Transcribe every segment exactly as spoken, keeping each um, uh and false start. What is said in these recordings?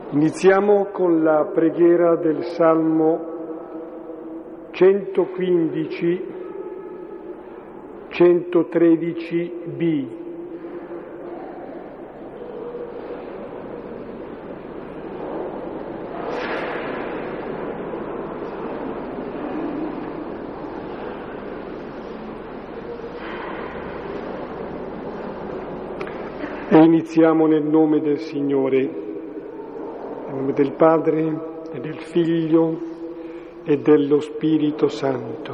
Iniziamo con la preghiera del Salmo centoquindici, centotredici b. E iniziamo nel nome del Signore. Nel nome del Padre e del Figlio e dello Spirito Santo.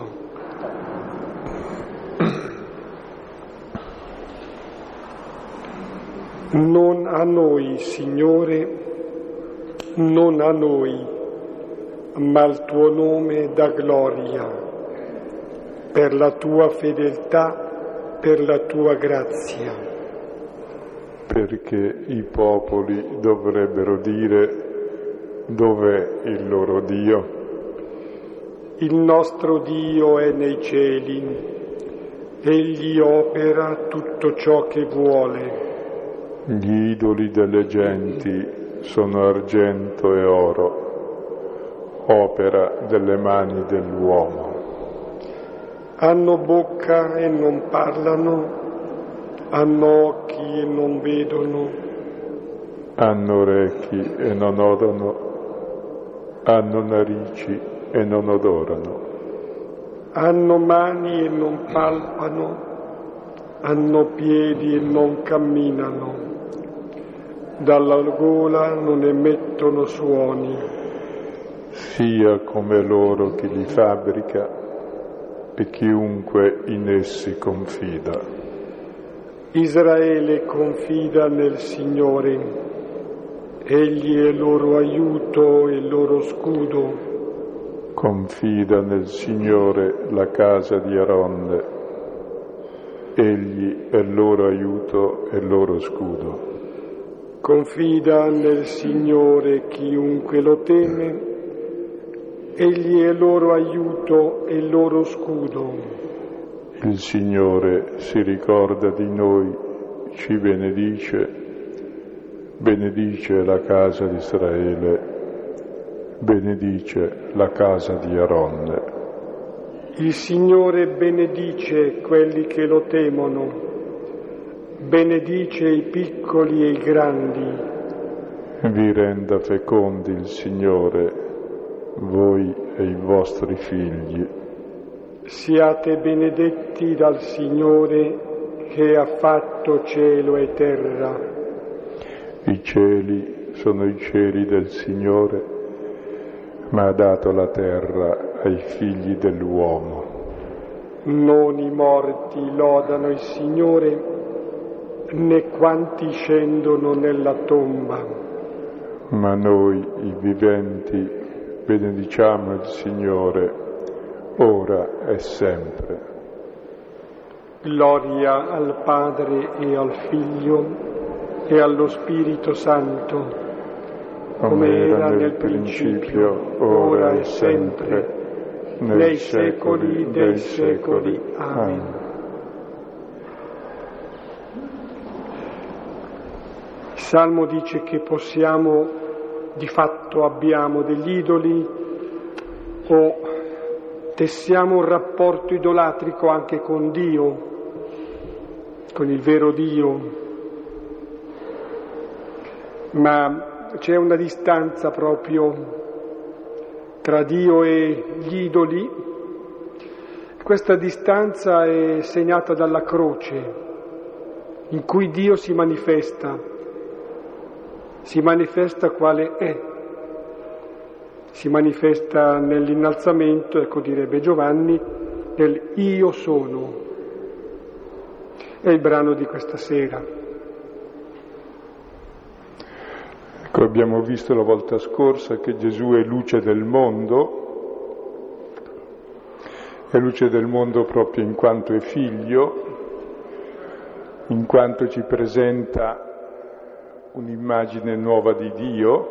Non a noi, Signore, non a noi, ma al tuo nome dà gloria, per la tua fedeltà, per la tua grazia. Perché i popoli dovrebbero dire: dov'è il loro Dio? Il nostro Dio è nei cieli, egli opera tutto ciò che vuole. Gli idoli delle genti sono argento e oro, opera delle mani dell'uomo. Hanno bocca e non parlano, hanno occhi e non vedono, hanno orecchi e non odono, hanno narici e non odorano, hanno mani e non palpano, hanno piedi e non camminano, dalla gola non emettono suoni. Sia come loro chi li fabbrica e chiunque in essi confida. Israele confida nel Signore, egli è loro aiuto e loro scudo. Confida nel Signore la casa di Aronne, egli è loro aiuto e loro scudo. Confida nel Signore chiunque lo teme, egli è loro aiuto e loro scudo. Il Signore si ricorda di noi, ci benedice, benedice la casa di Israele, benedice la casa di Aronne. Il Signore benedice quelli che lo temono, benedice i piccoli e i grandi. Vi renda fecondi il Signore, voi e i vostri figli. Siate benedetti dal Signore che ha fatto cielo e terra. I cieli sono i cieli del Signore, ma ha dato la terra ai figli dell'uomo. Non i morti lodano il Signore, né quanti scendono nella tomba. Ma noi, i viventi, benediciamo il Signore, ora e sempre. Gloria al Padre e al Figlio e allo Spirito Santo, come era nel principio, ora e sempre, nei secoli dei secoli. Amen. Il Salmo dice che possiamo, di fatto abbiamo degli idoli o tessiamo un rapporto idolatrico anche con Dio, con il vero Dio, ma c'è una distanza proprio tra Dio e gli idoli. Questa distanza è segnata dalla croce, in cui Dio si manifesta, si manifesta quale è. Si manifesta nell'innalzamento, ecco direbbe Giovanni, nel Io sono. È il brano di questa sera. Ecco, abbiamo visto la volta scorsa che Gesù è luce del mondo, è luce del mondo proprio in quanto è figlio, in quanto ci presenta un'immagine nuova di Dio.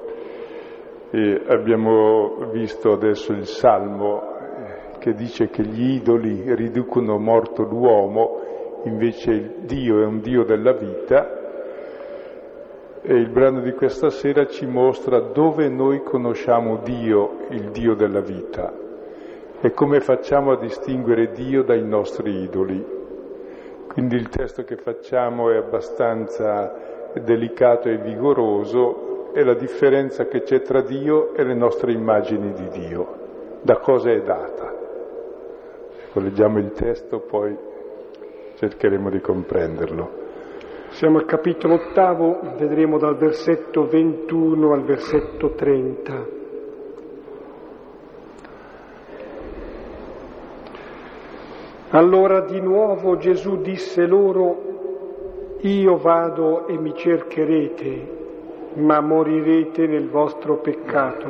E abbiamo visto adesso il Salmo che dice che gli idoli riducono morto l'uomo, invece il Dio è un Dio della vita, E il brano di questa sera ci mostra dove noi conosciamo Dio, il Dio della vita, e come facciamo a distinguere Dio dai nostri idoli. Quindi il testo che facciamo è abbastanza delicato e vigoroso, è la differenza che c'è tra Dio e le nostre immagini di Dio, da cosa è data. Se leggiamo il testo poi cercheremo di comprenderlo. Siamo al capitolo ottavo, vedremo dal versetto ventuno al versetto trenta. Allora di nuovo Gesù disse loro: io vado e mi cercherete, ma morirete nel vostro peccato.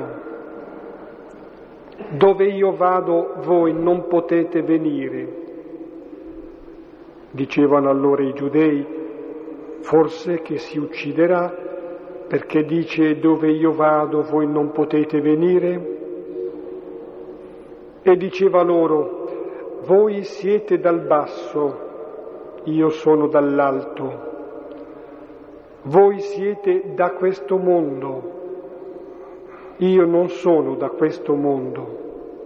Dove io vado voi non potete venire. Dicevano allora i giudei: forse che si ucciderà perché dice dove io vado voi non potete venire? E diceva loro: voi siete dal basso, io sono dall'alto. Voi siete da questo mondo, io non sono da questo mondo.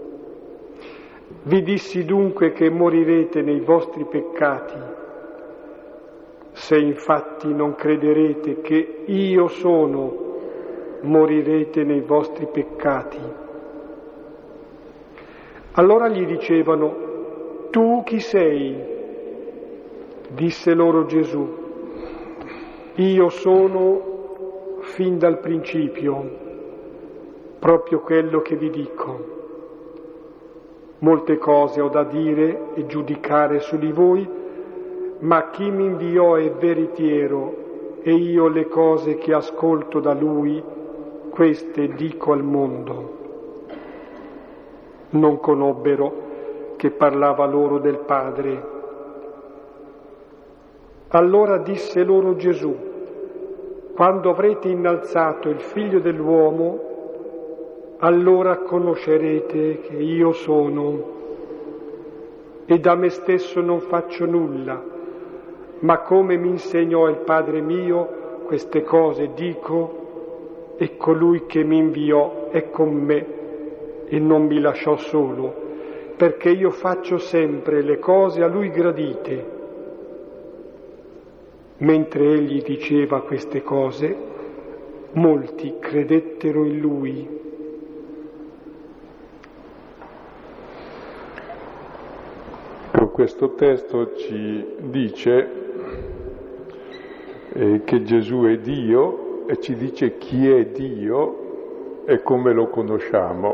Vi dissi dunque che morirete nei vostri peccati. Se infatti non crederete che io sono, morirete nei vostri peccati. Allora gli dicevano: tu chi sei? Disse loro Gesù: io sono fin dal principio, proprio quello che vi dico. Molte cose ho da dire e giudicare su di voi, ma chi mi inviò è veritiero e io le cose che ascolto da lui, queste dico al mondo. Non conobbero che parlava loro del Padre. Allora disse loro Gesù: quando avrete innalzato il Figlio dell'uomo, allora conoscerete che io sono, e da me stesso non faccio nulla, ma come mi insegnò il Padre mio, queste cose dico, e colui che mi inviò è con me e non mi lasciò solo, perché io faccio sempre le cose a lui gradite. Mentre egli diceva queste cose, molti credettero in lui. Questo testo ci dice eh, che Gesù è Dio e ci dice chi è Dio e come lo conosciamo.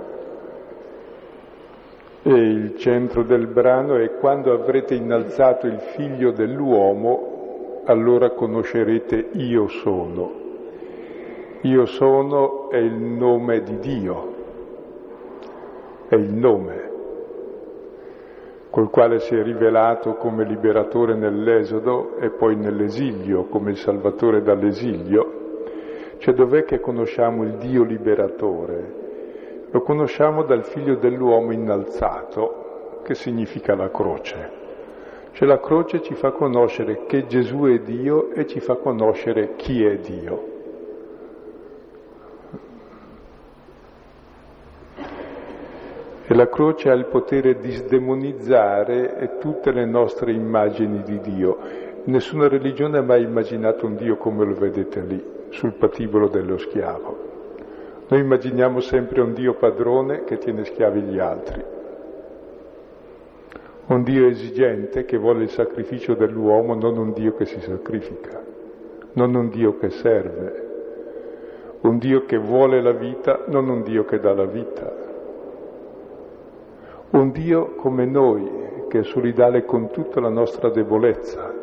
E il centro del brano è: quando avrete innalzato il Figlio dell'uomo, allora conoscerete io sono. Io sono è il nome di Dio, è il nome col quale si è rivelato come liberatore nell'Esodo e poi nell'esilio, come il salvatore dall'esilio. Cioè, dov'è che conosciamo il Dio liberatore? Lo conosciamo dal Figlio dell'uomo innalzato, che significa la croce. Cioè la croce ci fa conoscere che Gesù è Dio e ci fa conoscere chi è Dio. E la croce ha il potere di sdemonizzare tutte le nostre immagini di Dio. Nessuna religione ha mai immaginato un Dio come lo vedete lì, sul patibolo dello schiavo. Noi immaginiamo sempre un Dio padrone che tiene schiavi gli altri, un Dio esigente che vuole il sacrificio dell'uomo, non un Dio che si sacrifica, non un Dio che serve, un Dio che vuole la vita, non un Dio che dà la vita. Un Dio come noi, che è solidale con tutta la nostra debolezza.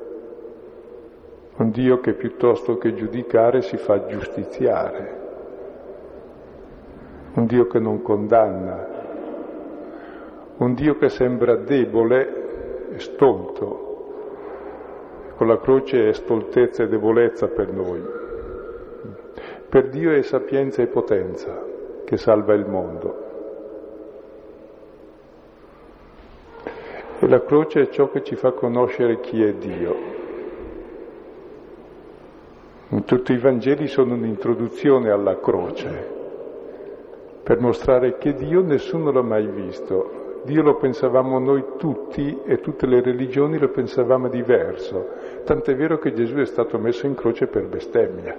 Un Dio che piuttosto che giudicare si fa giustiziare. Un Dio che non condanna. Un Dio che sembra debole e stolto. Con la croce è stoltezza e debolezza per noi. Per Dio è sapienza e potenza che salva il mondo. E la croce è ciò che ci fa conoscere chi è Dio. Tutti i Vangeli sono un'introduzione alla croce, per mostrare che Dio nessuno l'ha mai visto. Dio lo pensavamo noi tutti e tutte le religioni lo pensavamo diverso, tant'è vero che Gesù è stato messo in croce per bestemmia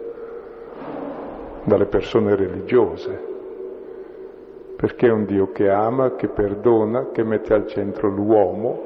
dalle persone religiose, perché è un Dio che ama, che perdona, che mette al centro l'uomo,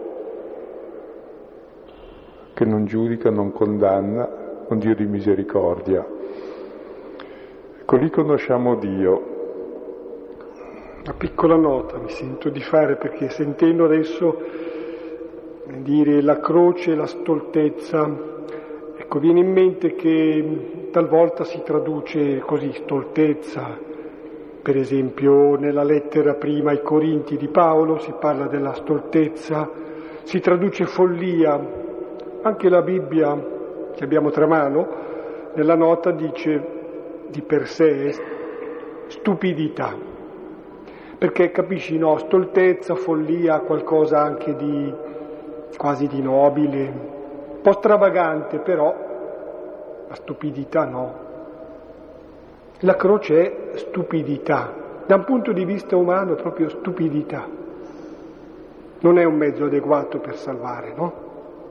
che non giudica, non condanna, un Dio di misericordia. Ecco, lì conosciamo Dio. Una piccola nota mi sento di fare, perché sentendo adesso dire la croce, la stoltezza, ecco, viene in mente che talvolta si traduce così, stoltezza. Per esempio nella lettera prima ai Corinti di Paolo si parla della stoltezza, si traduce follia. Anche la Bibbia che abbiamo tra mano, nella nota dice di per sé stupidità, perché capisci, no, stoltezza, follia, qualcosa anche di quasi di nobile, un po' stravagante, però la stupidità no. La croce è stupidità, da un punto di vista umano è proprio stupidità, non è un mezzo adeguato per salvare, no?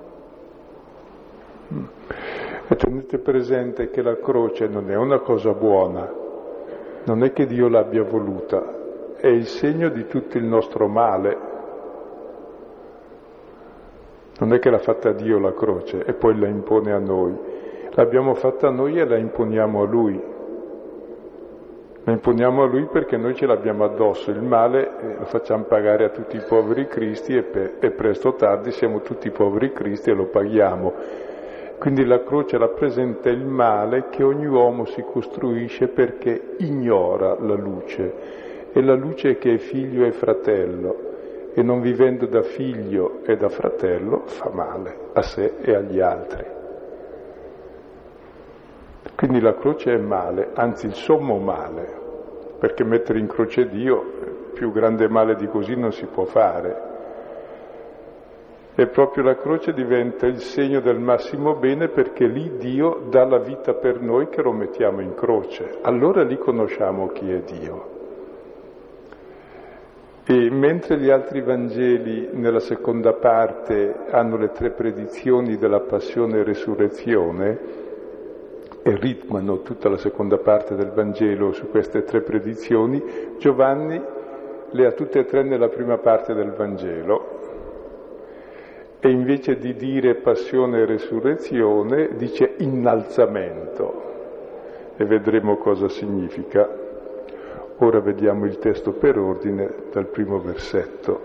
E tenete presente che la croce non è una cosa buona, non è che Dio l'abbia voluta, è il segno di tutto il nostro male. Non è che l'ha fatta Dio la croce e poi la impone a noi, l'abbiamo fatta noi e la imponiamo a Lui. La imponiamo a Lui perché noi ce l'abbiamo addosso, il male lo facciamo pagare a tutti i poveri cristi e, pe- e presto o tardi siamo tutti poveri cristi e lo paghiamo. Quindi la croce rappresenta il male che ogni uomo si costruisce perché ignora la luce, e la luce che è figlio e fratello, e non vivendo da figlio e da fratello fa male a sé e agli altri. Quindi la croce è male, anzi il sommo male, perché mettere in croce Dio, più grande male di così non si può fare. E proprio la croce diventa il segno del massimo bene, perché lì Dio dà la vita per noi che lo mettiamo in croce. Allora lì conosciamo chi è Dio. E mentre gli altri Vangeli nella seconda parte hanno le tre predizioni della passione e resurrezione e ritmano tutta la seconda parte del Vangelo su queste tre predizioni, Giovanni le ha tutte e tre nella prima parte del Vangelo. E invece di dire passione e resurrezione dice innalzamento, e vedremo cosa significa. Ora vediamo il testo per ordine dal primo versetto.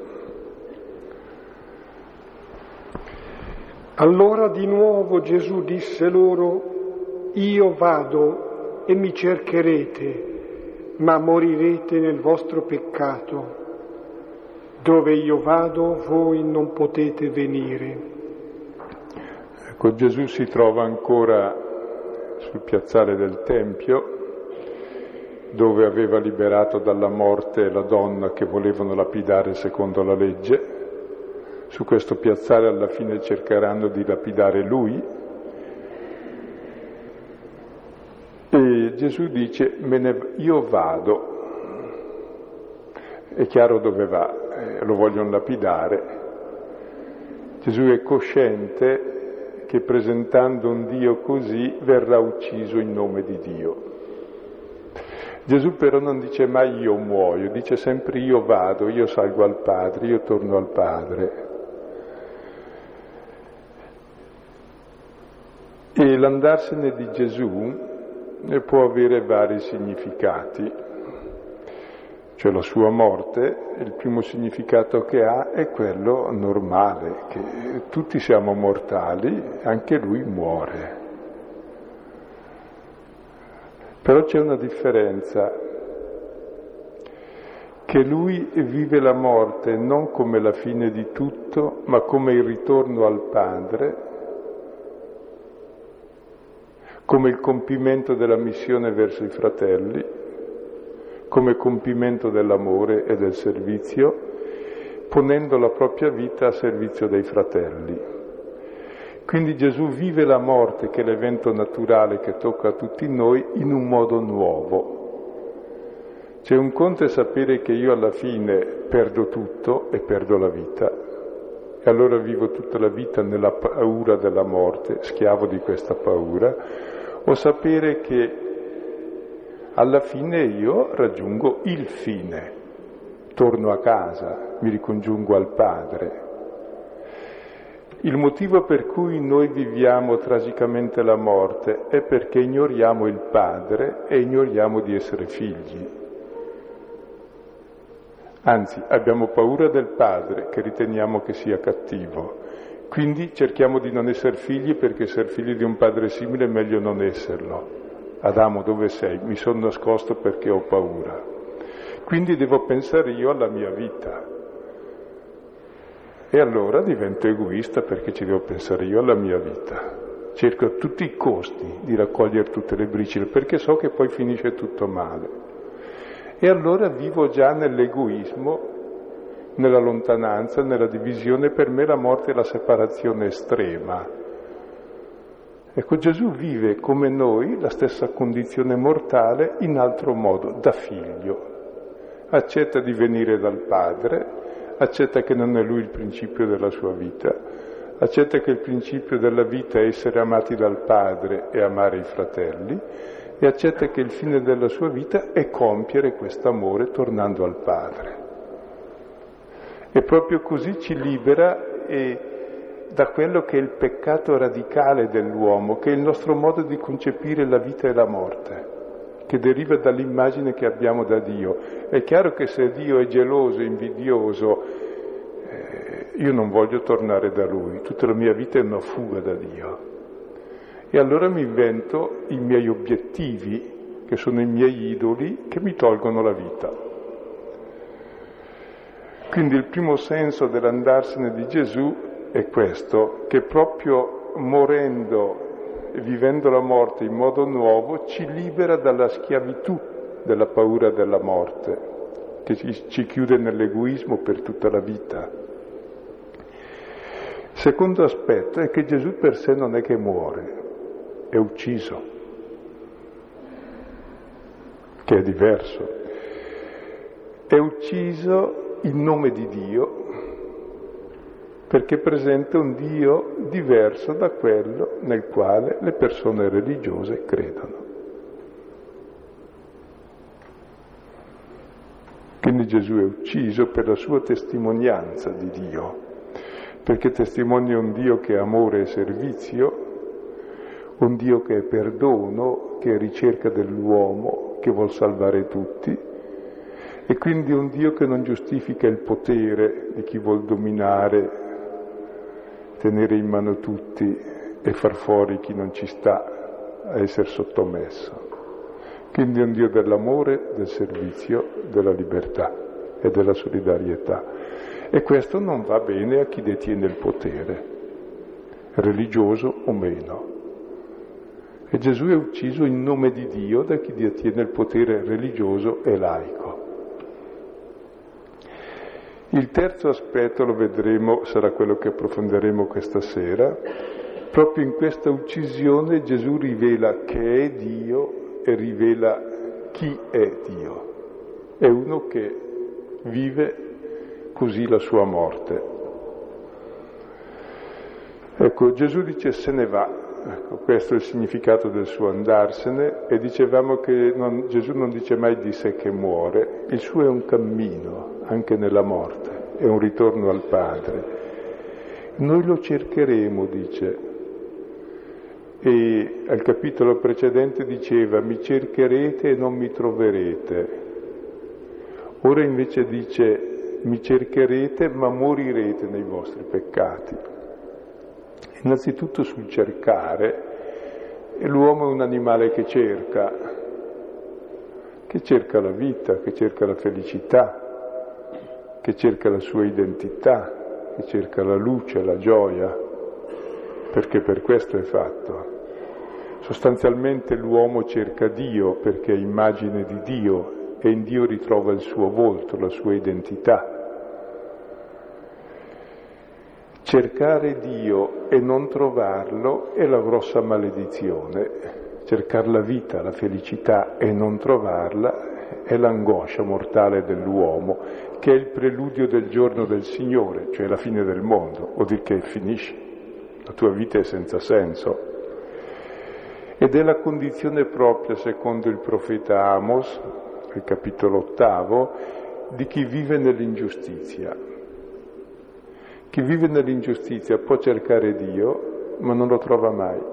Allora di nuovo Gesù disse loro: io vado e mi cercherete, ma morirete nel vostro peccato. Dove io vado, voi non potete venire. Ecco, Gesù si trova ancora sul piazzale del Tempio, dove aveva liberato dalla morte la donna che volevano lapidare secondo la legge. Su questo piazzale alla fine cercheranno di lapidare lui. E Gesù dice: me ne, io vado. È chiaro dove va, eh, lo vogliono lapidare. Gesù è cosciente che presentando un Dio così verrà ucciso in nome di Dio. Gesù però non dice mai io muoio, dice sempre io vado, io salgo al Padre, io torno al Padre. E l'andarsene di Gesù può avere vari significati. Cioè la sua morte, il primo significato che ha è quello normale, che tutti siamo mortali, anche lui muore. Però c'è una differenza, che lui vive la morte non come la fine di tutto, ma come il ritorno al Padre, come il compimento della missione verso i fratelli, come compimento dell'amore e del servizio, ponendo la propria vita a servizio dei fratelli. Quindi Gesù vive la morte, che è l'evento naturale che tocca a tutti noi, in un modo nuovo. Cioè un conto è sapere che io alla fine perdo tutto e perdo la vita, e allora vivo tutta la vita nella paura della morte, schiavo di questa paura, o sapere che alla fine io raggiungo il fine, torno a casa, mi ricongiungo al Padre. Il motivo per cui noi viviamo tragicamente la morte è perché ignoriamo il Padre e ignoriamo di essere figli. Anzi, abbiamo paura del Padre, che riteniamo che sia cattivo. Quindi cerchiamo di non essere figli, perché essere figli di un padre simile è meglio non esserlo. Adamo, dove sei? Mi sono nascosto perché ho paura. Quindi devo pensare io alla mia vita. E allora divento egoista perché ci devo pensare io alla mia vita. Cerco a tutti i costi di raccogliere tutte le briciole, perché so che poi finisce tutto male. E allora vivo già nell'egoismo, nella lontananza, nella divisione. Per me la morte è la separazione estrema. Ecco, Gesù vive come noi la stessa condizione mortale in altro modo, da figlio. Accetta di venire dal Padre, accetta che non è Lui il principio della sua vita, accetta che il principio della vita è essere amati dal Padre e amare i fratelli, e accetta che il fine della sua vita è compiere questo amore tornando al Padre. E proprio così ci libera e da quello che è il peccato radicale dell'uomo, che è il nostro modo di concepire la vita e la morte, che deriva dall'immagine che abbiamo da Dio. È chiaro che se Dio è geloso, invidioso, eh, io non voglio tornare da Lui, tutta la mia vita è una fuga da Dio. E allora mi invento i miei obiettivi, che sono i miei idoli, che mi tolgono la vita. Quindi il primo senso dell'andarsene di Gesù è questo, che proprio morendo e vivendo la morte in modo nuovo ci libera dalla schiavitù della paura della morte, che ci, ci chiude nell'egoismo per tutta la vita. Il secondo aspetto è che Gesù per sé non è che muore, è ucciso, che è diverso. È ucciso in nome di Dio, perché presenta un Dio diverso da quello nel quale le persone religiose credono. Quindi Gesù è ucciso per la sua testimonianza di Dio, perché testimonia un Dio che è amore e servizio, un Dio che è perdono, che è ricerca dell'uomo, che vuol salvare tutti, e quindi un Dio che non giustifica il potere di chi vuol dominare, tenere in mano tutti e far fuori chi non ci sta a essere sottomesso. Quindi è un Dio dell'amore, del servizio, della libertà e della solidarietà. E questo non va bene a chi detiene il potere, religioso o meno. E Gesù è ucciso in nome di Dio da chi detiene il potere religioso e laico. Il terzo aspetto, lo vedremo, sarà quello che approfondiremo questa sera. Proprio in questa uccisione Gesù rivela che è Dio e rivela chi è Dio. È uno che vive così la sua morte. Ecco, Gesù dice se ne va. Ecco, questo è il significato del suo andarsene, e dicevamo che non, Gesù non dice mai di sé che muore, il suo è un cammino, anche nella morte, è un ritorno al Padre. Noi lo cercheremo, dice, e al capitolo precedente diceva mi cercherete e non mi troverete. Ora invece dice mi cercherete ma morirete nei vostri peccati. Innanzitutto sul cercare, e l'uomo è un animale che cerca, che cerca la vita, che cerca la felicità, che cerca la sua identità, che cerca la luce, la gioia, perché per questo è fatto. Sostanzialmente l'uomo cerca Dio perché è immagine di Dio e in Dio ritrova il suo volto, la sua identità. Cercare Dio e non trovarlo è la grossa maledizione. Cercare la vita, la felicità e non trovarla è l'angoscia mortale dell'uomo, che è il preludio del giorno del Signore, cioè la fine del mondo, vuol dire che finisce, la tua vita è senza senso. Ed è la condizione propria, secondo il profeta Amos, il capitolo ottavo, di chi vive nell'ingiustizia. Chi vive nell'ingiustizia può cercare Dio, ma non lo trova mai.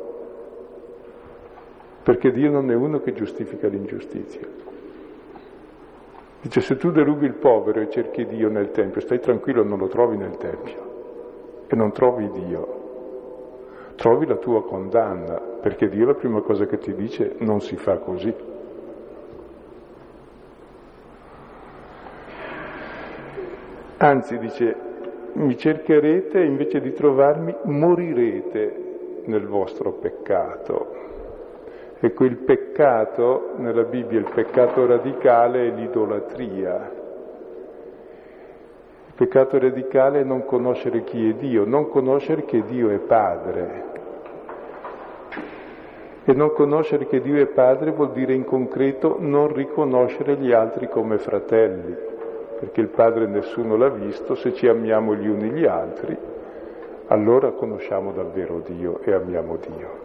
Perché Dio non è uno che giustifica l'ingiustizia. Dice, se tu derubi il povero e cerchi Dio nel Tempio, stai tranquillo, non lo trovi nel Tempio. E non trovi Dio. Trovi la tua condanna, perché Dio la prima cosa che ti dice non si fa così. Anzi, dice, mi cercherete e invece di trovarmi morirete nel vostro peccato. Ecco, il peccato, nella Bibbia, il peccato radicale è l'idolatria. Il peccato radicale è non conoscere chi è Dio, non conoscere che Dio è Padre. E non conoscere che Dio è Padre vuol dire in concreto non riconoscere gli altri come fratelli, perché il Padre nessuno l'ha visto, se ci amiamo gli uni gli altri, allora conosciamo davvero Dio e amiamo Dio.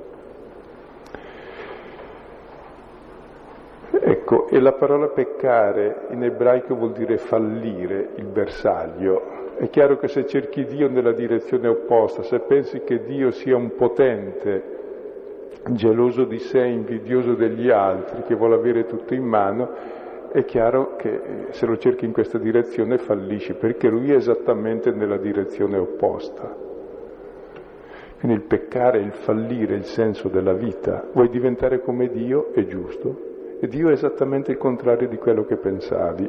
Ecco, e la parola peccare in ebraico vuol dire fallire il bersaglio. È chiaro che se cerchi Dio nella direzione opposta, se pensi che Dio sia un potente, geloso di sé, invidioso degli altri, che vuole avere tutto in mano, è chiaro che se lo cerchi in questa direzione fallisci, perché lui è esattamente nella direzione opposta. Quindi il peccare, il fallire, il senso della vita. Vuoi diventare come Dio? È giusto. E Dio è esattamente il contrario di quello che pensavi.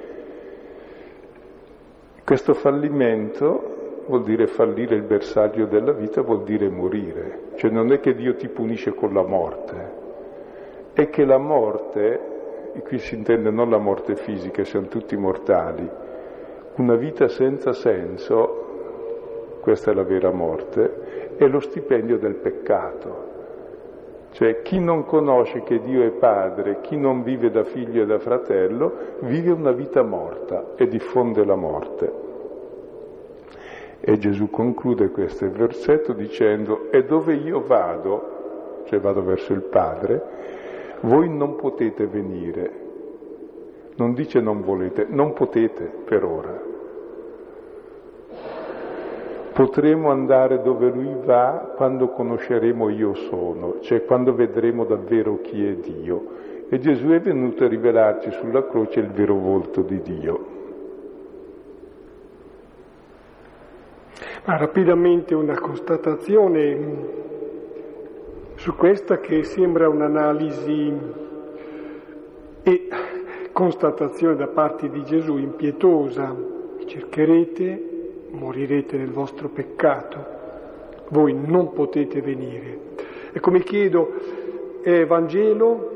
Questo fallimento vuol dire fallire il bersaglio della vita, vuol dire morire. Cioè non è che Dio ti punisce con la morte, è che la morte, e qui si intende non la morte fisica, siamo tutti mortali, una vita senza senso, questa è la vera morte, è lo stipendio del peccato. Cioè chi non conosce che Dio è Padre, chi non vive da figlio e da fratello, vive una vita morta e diffonde la morte. E Gesù conclude questo versetto dicendo, e dove io vado, cioè vado verso il Padre, voi non potete venire. Non dice non volete, non potete per ora. Potremo andare dove Lui va quando conosceremo io sono, cioè quando vedremo davvero chi è Dio. E Gesù è venuto a rivelarci sulla croce il vero volto di Dio. Ma rapidamente una constatazione su questa che sembra un'analisi e constatazione da parte di Gesù impietosa. Cercherete, morirete nel vostro peccato, voi non potete venire. Ecco, mi chiedo, è Vangelo?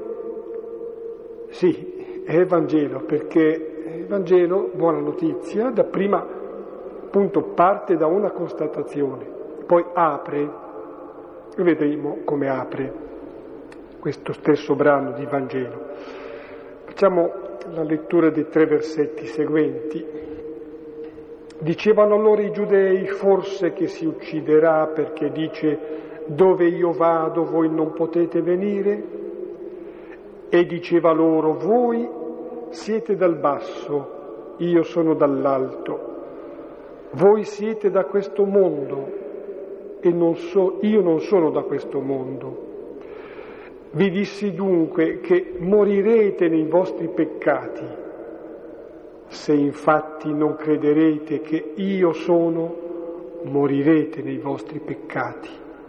Sì, è Vangelo, perché è Vangelo, buona notizia, da prima appunto parte da una constatazione, poi apre, e vedremo come apre questo stesso brano di Vangelo. Facciamo la lettura dei tre versetti seguenti. Dicevano allora i giudei, forse che si ucciderà perché dice dove io vado voi non potete venire? E diceva loro, voi siete dal basso, io sono dall'alto. Voi siete da questo mondo e non so, io non sono da questo mondo. Vi dissi dunque che morirete nei vostri peccati. Se infatti non crederete che io sono, morirete nei vostri peccati.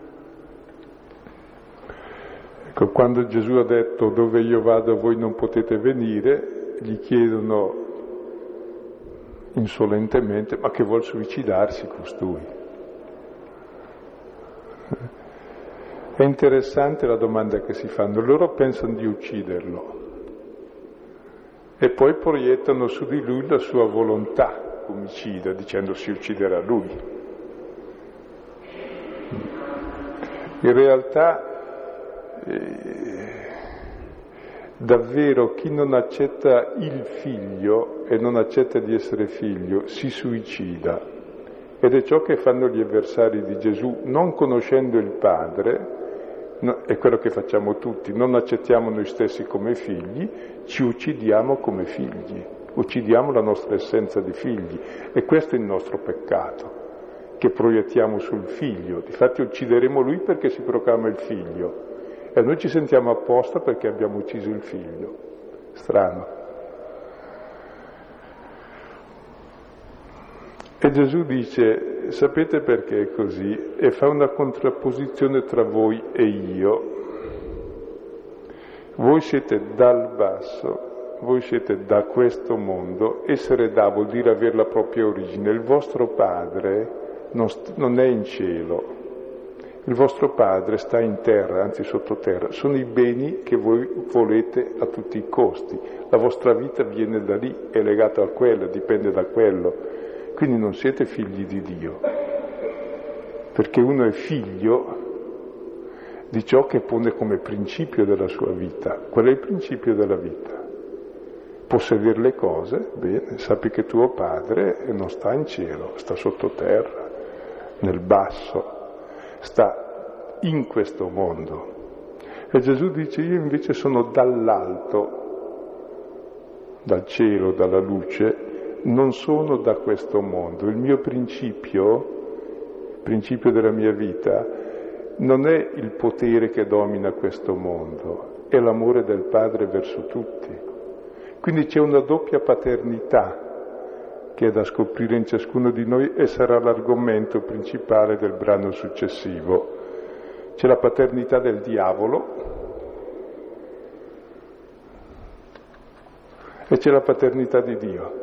Ecco, quando Gesù ha detto dove io vado voi non potete venire, gli chiedono insolentemente ma che vuol suicidarsi costui? È interessante la domanda che si fanno, loro pensano di ucciderlo. E poi proiettano su di lui la sua volontà. omicida, dicendo si ucciderà lui. In realtà, eh, davvero chi non accetta il figlio e non accetta di essere figlio si suicida. Ed è ciò che fanno gli avversari di Gesù, non conoscendo il Padre. No, è quello che facciamo tutti, non accettiamo noi stessi come figli, ci uccidiamo come figli, uccidiamo la nostra essenza di figli, e questo è il nostro peccato, che proiettiamo sul figlio. Difatti uccideremo lui perché si proclama il figlio, e noi ci sentiamo apposta perché abbiamo ucciso il figlio. Strano. E Gesù dice, sapete perché è così? E fa una contrapposizione tra voi e io. Voi siete dal basso, voi siete da questo mondo. Essere da vuol dire avere la propria origine. Il vostro Padre non, st- non è in cielo, il vostro Padre sta in terra, anzi sottoterra. Sono i beni che voi volete a tutti i costi. La vostra vita viene da lì, è legata a quello, dipende da quello. Quindi non siete figli di Dio, perché uno è figlio di ciò che pone come principio della sua vita. Qual è il principio della vita? Possedere le cose, bene, sappi che tuo padre non sta in cielo, sta sottoterra, nel basso, sta in questo mondo. E Gesù dice, io invece sono dall'alto, dal cielo, dalla luce, non sono da questo mondo. Il mio principio, il principio della mia vita, non è il potere che domina questo mondo, è l'amore del Padre verso tutti. Quindi c'è una doppia paternità che è da scoprire in ciascuno di noi e sarà l'argomento principale del brano successivo. C'è la paternità del diavolo e c'è la paternità di Dio.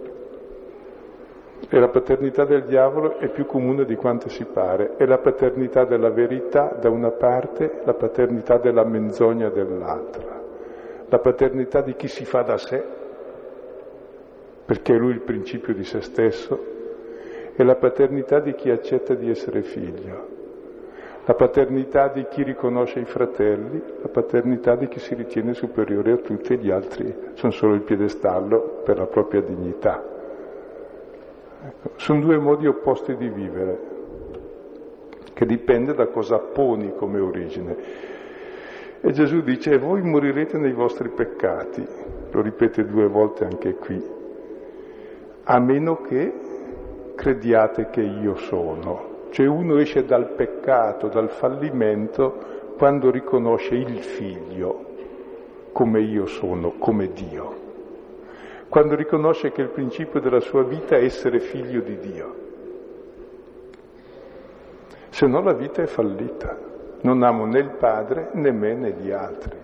E la paternità del diavolo è più comune di quanto si pare, è la paternità della verità da una parte, la paternità della menzogna dall'altra, la paternità di chi si fa da sé, perché è lui il principio di se stesso, e la paternità di chi accetta di essere figlio, la paternità di chi riconosce i fratelli, la paternità di chi si ritiene superiore a tutti e gli altri sono solo il piedestallo per la propria dignità. Ecco, sono due modi opposti di vivere, che dipende da cosa poni come origine. E Gesù dice, voi morirete nei vostri peccati, lo ripete due volte anche qui, a meno che crediate che io sono. Cioè uno esce dal peccato, dal fallimento, quando riconosce il figlio come io sono, come Dio. Quando riconosce che il principio della sua vita è essere figlio di Dio. Se no la vita è fallita. Non amo né il Padre né me né gli altri.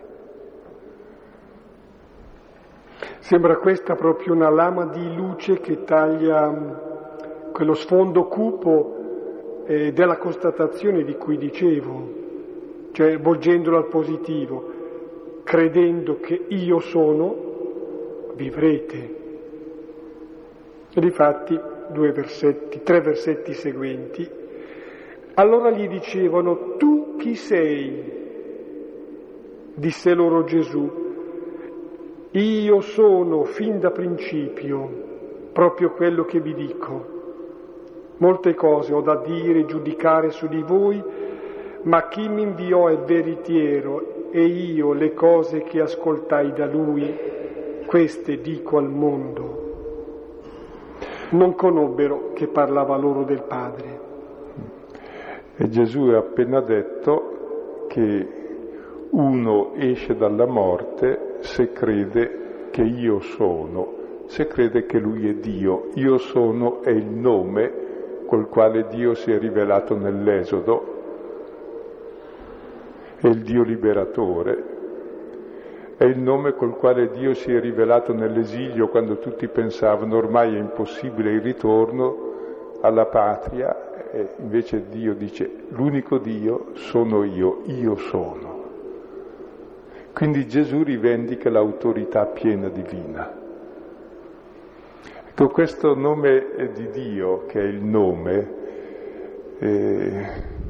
Sembra questa proprio una lama di luce che taglia quello sfondo cupo eh, della constatazione di cui dicevo, cioè volgendolo al positivo, credendo che io sono, vivrete. E difatti due versetti, tre versetti seguenti, allora gli dicevano, tu chi sei? Disse loro Gesù, io sono fin da principio proprio quello che vi dico. Molte cose ho da dire e giudicare su di voi, ma chi mi inviò è veritiero e io le cose che ascoltai da lui, queste dico al mondo. Non conobbero che parlava loro del Padre. E Gesù ha appena detto che uno esce dalla morte se crede che io sono, se crede che lui è Dio. Io sono è il nome col quale Dio si è rivelato nell'Esodo, è il Dio liberatore. È il nome col quale Dio si è rivelato nell'esilio, quando tutti pensavano ormai è impossibile il ritorno alla patria, e invece Dio dice l'unico Dio sono io, io sono. Quindi Gesù rivendica l'autorità piena divina. Con questo nome di Dio, che è il nome, eh,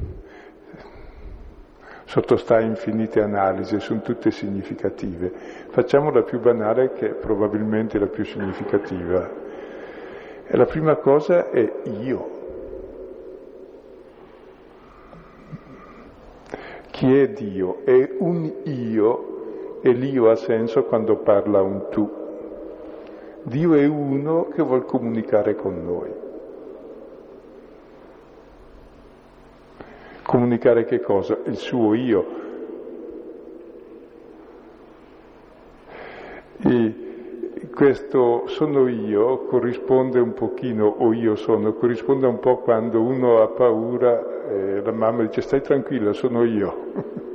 sottostà a infinite analisi, sono tutte significative. Facciamo la più banale, che è probabilmente la più significativa. E la prima cosa è io. Chi è Dio? È un io, e l'io ha senso quando parla un tu. Dio è uno che vuol comunicare con noi. Comunicare che cosa? Il suo io. E questo sono io corrisponde un pochino, o io sono, corrisponde un po' quando uno ha paura, eh, la mamma dice stai tranquilla, sono io.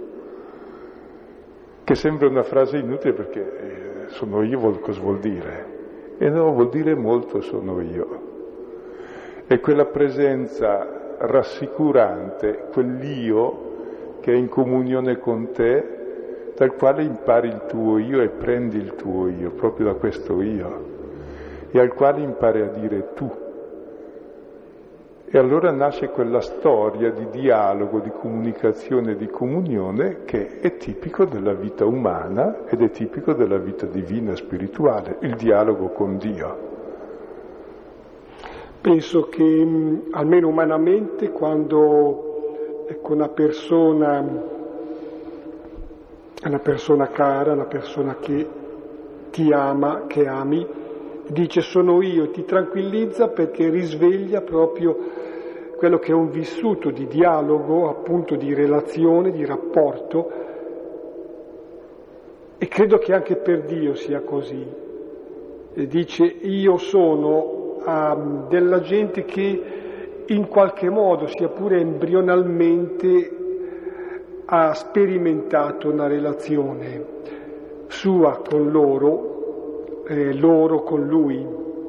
Che sembra una frase inutile perché eh, sono io vuol, cosa vuol dire? E no, vuol dire molto sono io. E quella presenza rassicurante, quell'io che è in comunione con te, dal quale impari il tuo io e prendi il tuo io, proprio da questo io, e al quale impari a dire tu. E allora nasce quella storia di dialogo, di comunicazione, di comunione che è tipico della vita umana ed è tipico della vita divina, spirituale, il dialogo con Dio. Penso che mh, almeno umanamente, quando ecco, una persona, una persona cara, una persona che ti ama, che ami, dice sono io, ti tranquillizza perché risveglia proprio quello che è un vissuto di dialogo, appunto di relazione, di rapporto, e credo che anche per Dio sia così. E dice io sono a della gente che in qualche modo, sia pure embrionalmente, ha sperimentato una relazione sua con loro, eh, loro con lui,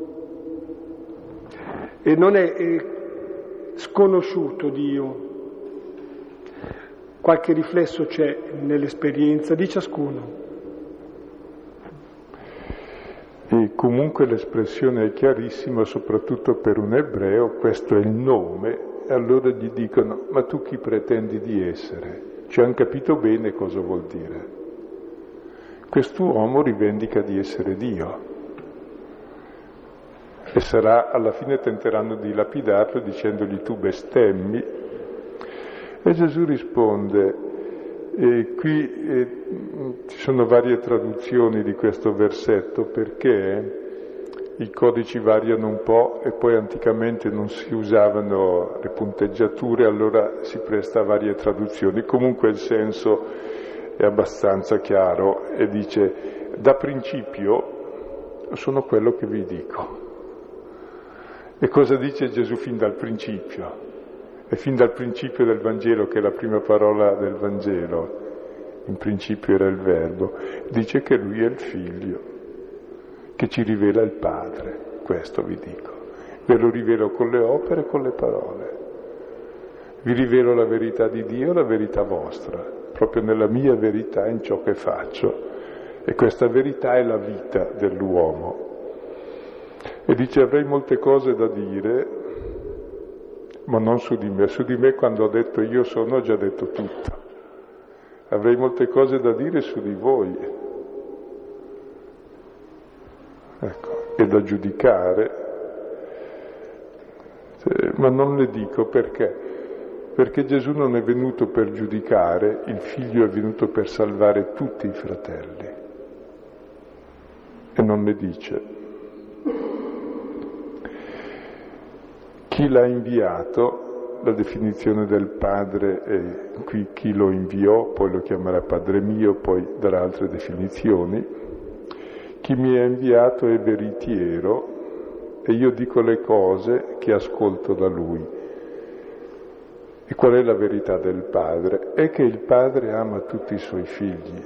e non è, è sconosciuto Dio. Qualche riflesso c'è nell'esperienza di ciascuno. E comunque l'espressione è chiarissima, soprattutto per un ebreo, questo è il nome, e allora gli dicono, ma tu chi pretendi di essere? Ci hanno capito bene cosa vuol dire. Quest'uomo rivendica di essere Dio. E sarà, alla fine tenteranno di lapidarlo dicendogli tu bestemmi. E Gesù risponde, e qui eh, ci sono varie traduzioni di questo versetto perché i codici variano un po' e poi anticamente non si usavano le punteggiature, allora si presta a varie traduzioni. Comunque il senso è abbastanza chiaro e dice da principio sono quello che vi dico. E cosa dice Gesù fin dal principio? E fin dal principio del Vangelo, che è la prima parola del Vangelo, in principio era il Verbo, dice che Lui è il Figlio, che ci rivela il Padre, questo vi dico. Ve lo rivelo con le opere e con le parole. Vi rivelo la verità di Dio, la verità vostra, proprio nella mia verità in ciò che faccio. E questa verità è la vita dell'uomo. E dice avrei molte cose da dire, ma non su di me. Su di me quando ho detto io sono ho già detto tutto. Avrei molte cose da dire su di voi. Ecco, e da giudicare. Ma non le dico perché? Perché Gesù non è venuto per giudicare, il Figlio è venuto per salvare tutti i fratelli. E non le dice. Chi l'ha inviato, la definizione del Padre è qui chi lo inviò, poi lo chiamerà Padre mio, poi darà altre definizioni. Chi mi ha inviato è veritiero e io dico le cose che ascolto da Lui. E qual è la verità del Padre? È che il Padre ama tutti i Suoi figli,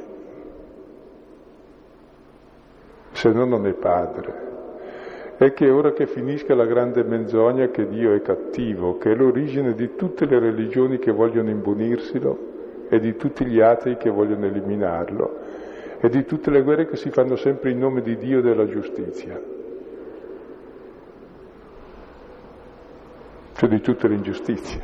se no non è Padre. È che ora che finisca la grande menzogna che Dio è cattivo, che è l'origine di tutte le religioni che vogliono imbonirselo e di tutti gli atei che vogliono eliminarlo e di tutte le guerre che si fanno sempre in nome di Dio e della giustizia. cioè di tutte le ingiustizie.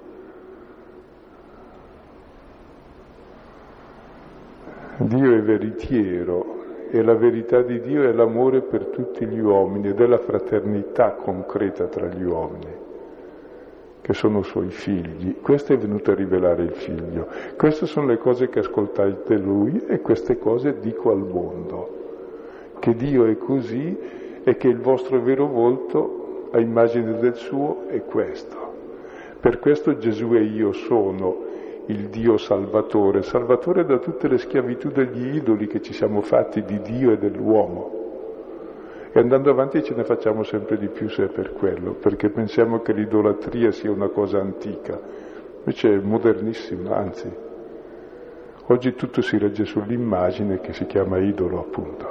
Dio è veritiero e la verità di Dio è l'amore per tutti gli uomini ed è la fraternità concreta tra gli uomini, che sono suoi figli. Questo è venuto a rivelare il Figlio. Queste sono le cose che ascoltate Lui e queste cose dico al mondo, che Dio è così e che il vostro vero volto, a immagine del suo, è questo. Per questo Gesù e io sono il Dio Salvatore, Salvatore da tutte le schiavitù degli idoli che ci siamo fatti di Dio e dell'uomo. E andando avanti ce ne facciamo sempre di più se è per quello, perché pensiamo che l'idolatria sia una cosa antica, invece è modernissima, anzi. Oggi tutto si regge sull'immagine che si chiama idolo, appunto.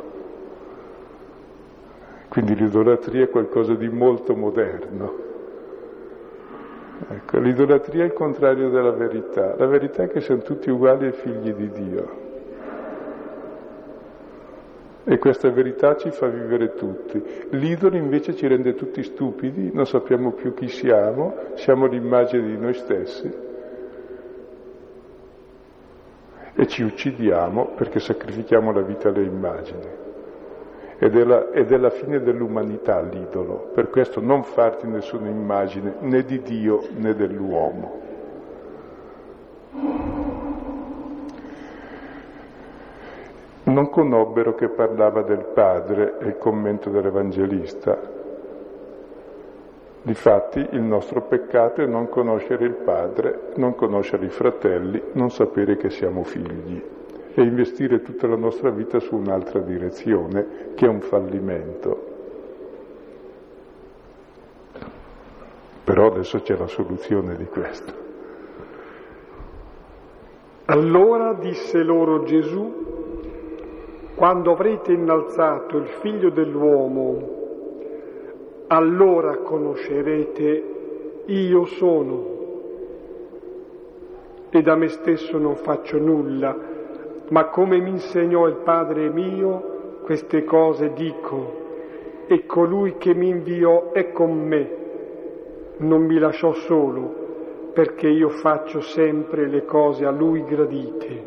Quindi l'idolatria è qualcosa di molto moderno. Ecco, l'idolatria è il contrario della verità. La verità è che siamo tutti uguali e figli di Dio. E questa verità ci fa vivere tutti. L'idolo invece ci rende tutti stupidi, non sappiamo più chi siamo, siamo l'immagine di noi stessi e ci uccidiamo perché sacrifichiamo la vita alle immagini. Ed è, la, ed è la fine dell'umanità l'idolo, per questo non farti nessuna immagine né di Dio né dell'uomo. Non conobbero che parlava del Padre, è il commento dell'Evangelista. Difatti il nostro peccato è non conoscere il Padre, non conoscere i fratelli, non sapere che siamo figli e investire tutta la nostra vita su un'altra direzione, che è un fallimento. Però adesso c'è la soluzione di questo. Allora disse loro Gesù: quando avrete innalzato il Figlio dell'uomo, allora conoscerete io sono. E da me stesso non faccio nulla, ma come mi insegnò il Padre mio, queste cose dico, e colui che mi inviò è con me. Non mi lasciò solo, perché io faccio sempre le cose a lui gradite.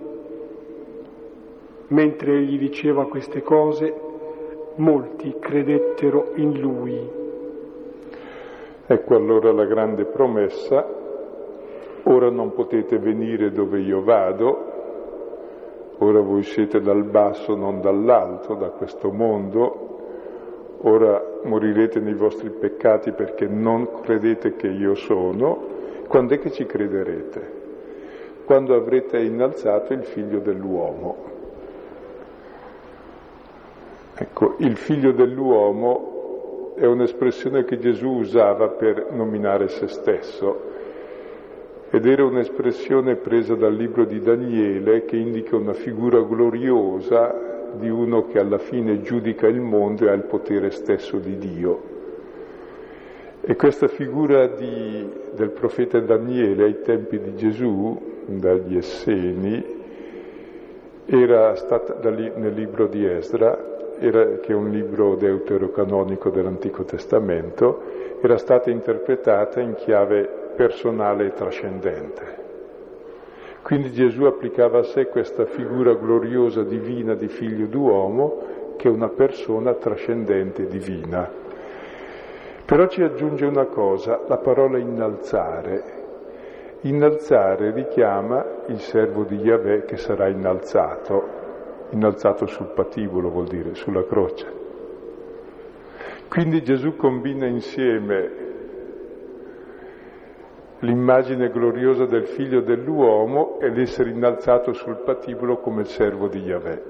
Mentre egli diceva queste cose, molti credettero in lui. Ecco allora la grande promessa: ora non potete venire dove io vado, ora voi siete dal basso, non dall'alto, da questo mondo, ora morirete nei vostri peccati perché non credete che io sono. Quando è che ci crederete? Quando avrete innalzato il Figlio dell'uomo. Ecco, il Figlio dell'uomo è un'espressione che Gesù usava per nominare se stesso. Ed era un'espressione presa dal libro di Daniele che indica una figura gloriosa di uno che alla fine giudica il mondo e ha il potere stesso di Dio. E questa figura di, del profeta Daniele ai tempi di Gesù, dagli Esseni, era stata da lì, nel libro di Esdra, era, che è un libro deuterocanonico dell'Antico Testamento, era stata interpretata in chiave personale e trascendente. Quindi Gesù applicava a sé questa figura gloriosa divina di figlio d'uomo, che è una persona trascendente divina. Però ci aggiunge una cosa, la parola innalzare. Innalzare richiama il servo di Yahweh che sarà innalzato, innalzato sul patibolo vuol dire, sulla croce. Quindi Gesù combina insieme l'immagine gloriosa del figlio dell'uomo e l'essere innalzato sul patibolo come il servo di Yahweh.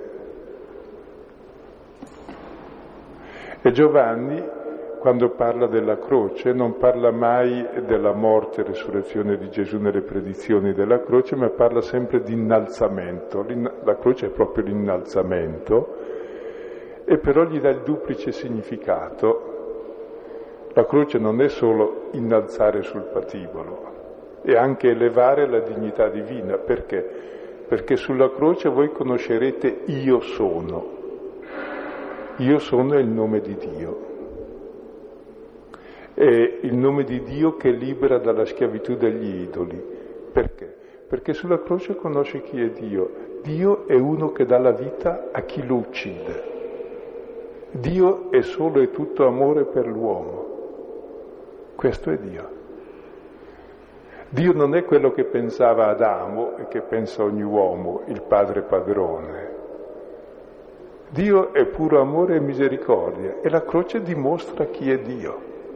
E Giovanni, quando parla della croce, non parla mai della morte e resurrezione di Gesù nelle predizioni della croce, ma parla sempre di innalzamento. La croce è proprio l'innalzamento, e però gli dà il duplice significato. La croce non è solo innalzare sul patibolo, è anche elevare la dignità divina. Perché? Perché sulla croce voi conoscerete io sono. Io sono il nome di Dio. è il nome di Dio che libera dalla schiavitù degli idoli. Perché? Perché sulla croce conosce chi è Dio. Dio è uno che dà la vita a chi lo uccide. Dio è solo e tutto amore per l'uomo. Questo è Dio. Dio non è quello che pensava Adamo e che pensa ogni uomo, il padre padrone. Dio è puro amore e misericordia e la croce dimostra chi è Dio.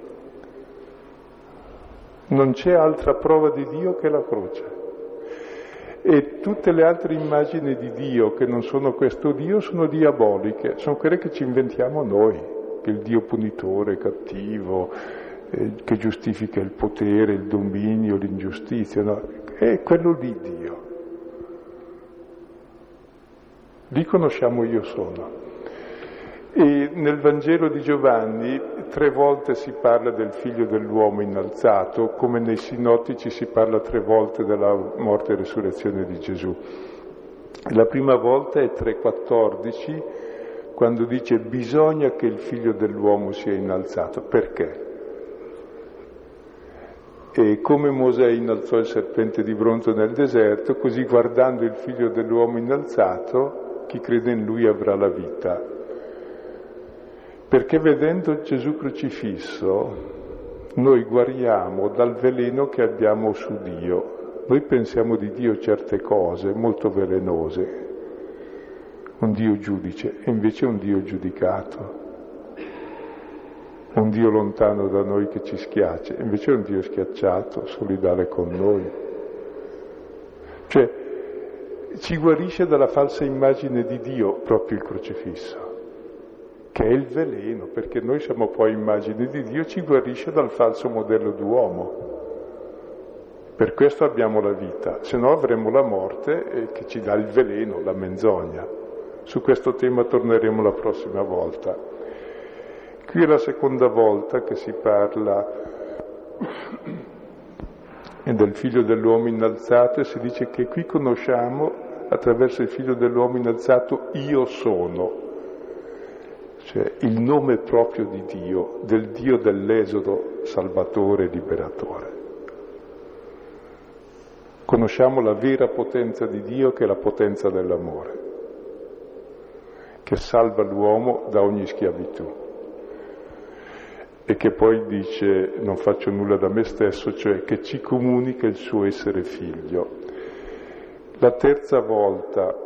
Non c'è altra prova di Dio che la croce. E tutte le altre immagini di Dio che non sono questo Dio sono diaboliche, sono quelle che ci inventiamo noi, che il Dio punitore, cattivo, eh, che giustifica il potere, il dominio, l'ingiustizia, no? È quello lì Dio. Lì conosciamo Io sono. E nel Vangelo di Giovanni tre volte si parla del figlio dell'uomo innalzato, come nei sinottici si parla tre volte della morte e resurrezione di Gesù. La prima volta è tre quattordici, quando dice bisogna che il figlio dell'uomo sia innalzato. Perché? E come Mosè innalzò il serpente di bronzo nel deserto, così guardando il figlio dell'uomo innalzato, chi crede in lui avrà la vita. Perché vedendo Gesù crocifisso noi guariamo dal veleno che abbiamo su Dio. Noi pensiamo di Dio certe cose molto velenose, un Dio giudice, e invece è un Dio giudicato, un Dio lontano da noi che ci schiaccia, invece è un Dio schiacciato, solidale con noi. Cioè, ci guarisce dalla falsa immagine di Dio proprio il crocifisso, che è il veleno, perché noi siamo poi immagini di Dio, ci guarisce dal falso modello d'uomo. Per questo abbiamo la vita, se no avremo la morte eh, che ci dà il veleno, la menzogna. Su questo tema torneremo la prossima volta. Qui è la seconda volta che si parla del figlio dell'uomo innalzato e si dice che qui conosciamo attraverso il figlio dell'uomo innalzato Io sono. Cioè il nome proprio di Dio, del Dio dell'Esodo, Salvatore e Liberatore. Conosciamo la vera potenza di Dio, che è la potenza dell'amore, che salva l'uomo da ogni schiavitù e che poi dice non faccio nulla da me stesso, cioè che ci comunica il suo essere figlio. La terza volta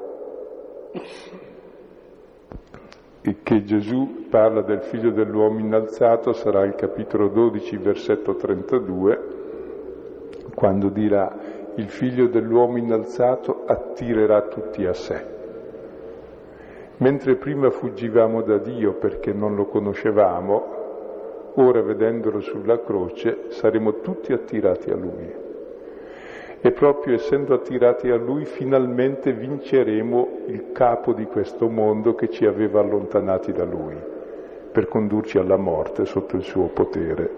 che Gesù parla del figlio dell'uomo innalzato sarà il capitolo dodici, versetto trentadue, quando dirà: il figlio dell'uomo innalzato attirerà tutti a sé. Mentre prima fuggivamo da Dio perché non lo conoscevamo, ora vedendolo sulla croce saremo tutti attirati a Lui. E proprio essendo attirati a Lui finalmente vinceremo il capo di questo mondo che ci aveva allontanati da Lui, per condurci alla morte sotto il suo potere.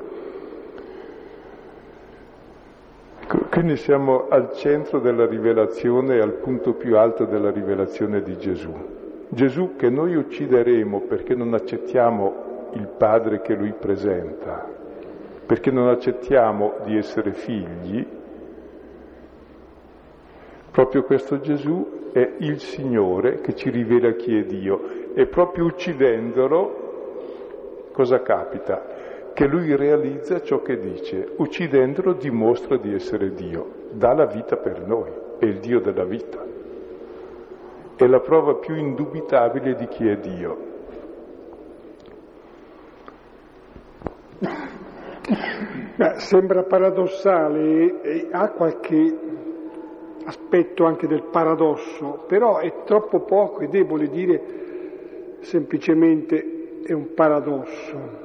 Quindi siamo al centro della rivelazione e al punto più alto della rivelazione di Gesù. Gesù che noi uccideremo perché non accettiamo il Padre che Lui presenta, perché non accettiamo di essere figli. Proprio questo Gesù è il Signore che ci rivela chi è Dio, e proprio uccidendolo cosa capita? Che Lui realizza ciò che dice, uccidendolo dimostra di essere Dio, dà la vita per noi, è il Dio della vita, è la prova più indubitabile di chi è Dio. Beh, sembra paradossale e ha qualche aspetto anche del paradosso, però è troppo poco e debole dire semplicemente è un paradosso.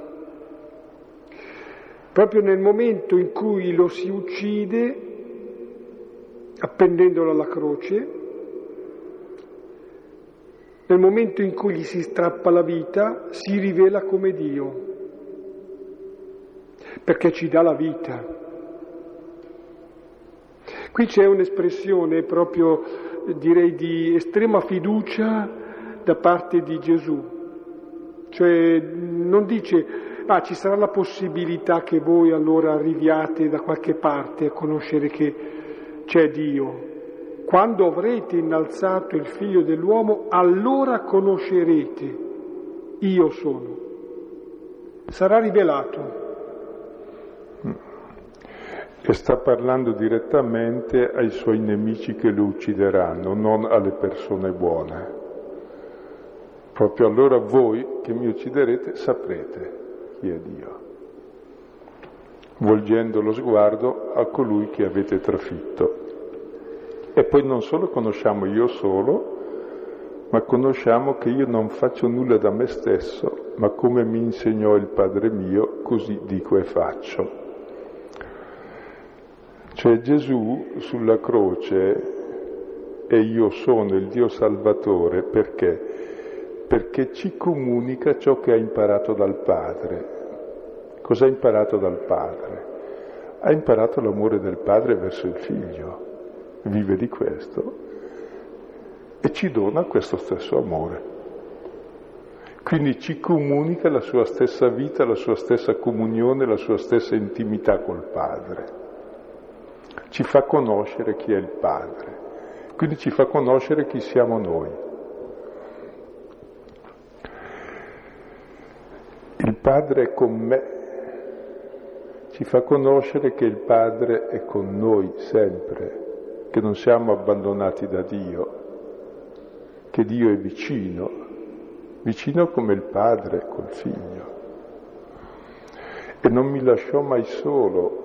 Proprio nel momento in cui lo si uccide, appendendolo alla croce, nel momento in cui gli si strappa la vita, si rivela come Dio, perché ci dà la vita. Qui c'è un'espressione proprio, direi, di estrema fiducia da parte di Gesù. Cioè non dice Ah, ci sarà la possibilità che voi allora arriviate da qualche parte a conoscere che c'è Dio. Quando avrete innalzato il Figlio dell'uomo, allora conoscerete, io sono. Sarà rivelato. E sta parlando direttamente ai suoi nemici che lo uccideranno, non alle persone buone. Proprio allora voi che mi ucciderete saprete chi è Dio, volgendo lo sguardo a colui che avete trafitto. E poi non solo conosciamo io solo, ma conosciamo che io non faccio nulla da me stesso, ma come mi insegnò il Padre mio, così dico e faccio. Cioè Gesù sulla croce, e io sono il Dio Salvatore, perché? Perché ci comunica ciò che ha imparato dal Padre. Cosa ha imparato dal Padre? Ha imparato l'amore del Padre verso il Figlio, vive di questo e ci dona questo stesso amore. Quindi ci comunica la sua stessa vita, la sua stessa comunione, la sua stessa intimità col Padre. Ci fa conoscere chi è il Padre, quindi ci fa conoscere chi siamo noi. Il Padre è con me, ci fa conoscere che il Padre è con noi sempre, che non siamo abbandonati da Dio, che Dio è vicino, vicino come il Padre col Figlio. E non mi lasciò mai solo.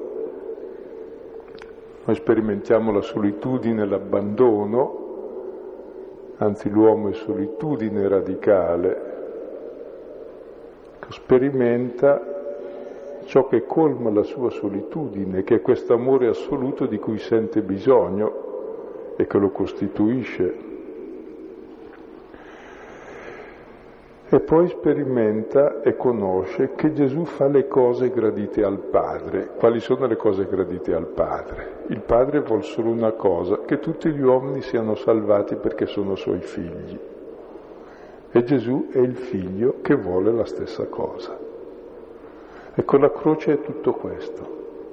Noi sperimentiamo la solitudine, l'abbandono, anzi l'uomo è solitudine radicale, che sperimenta ciò che colma la sua solitudine, che è questo amore assoluto di cui sente bisogno e che lo costituisce. E poi sperimenta e conosce che Gesù fa le cose gradite al Padre. Quali sono le cose gradite al Padre? Il Padre vuol solo una cosa, che tutti gli uomini siano salvati perché sono suoi figli. E Gesù è il Figlio che vuole la stessa cosa. E con la croce è tutto questo.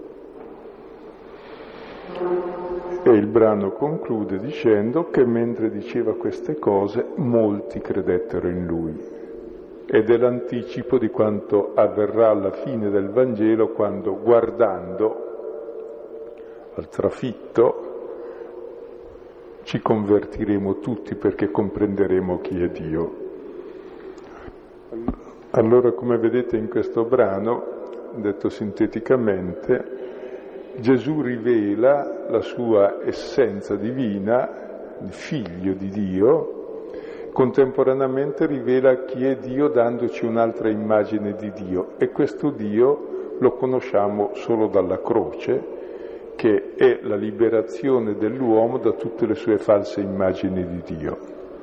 E il brano conclude dicendo che mentre diceva queste cose molti credettero in lui. Ed è l'anticipo di quanto avverrà alla fine del Vangelo, quando guardando al trafitto ci convertiremo tutti perché comprenderemo chi è Dio. Allora, come vedete in questo brano, detto sinteticamente, Gesù rivela la sua essenza divina, il Figlio di Dio, contemporaneamente rivela chi è Dio dandoci un'altra immagine di Dio, e questo Dio lo conosciamo solo dalla croce, che è la liberazione dell'uomo da tutte le sue false immagini di Dio.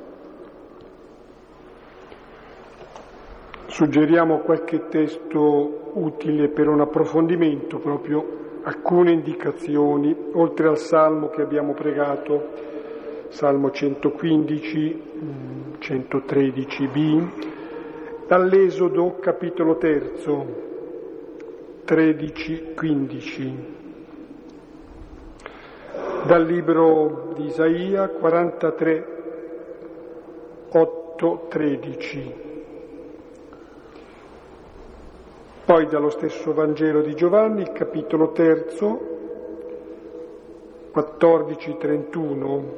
Suggeriamo qualche testo utile per un approfondimento, proprio alcune indicazioni, oltre al Salmo che abbiamo pregato, Salmo centoquindici, centotredici b, dall'Esodo capitolo terzo, tredici quindici, dal libro di Isaia quarantatré, otto tredici, poi dallo stesso Vangelo di Giovanni, il capitolo terzo, quattordici trentuno,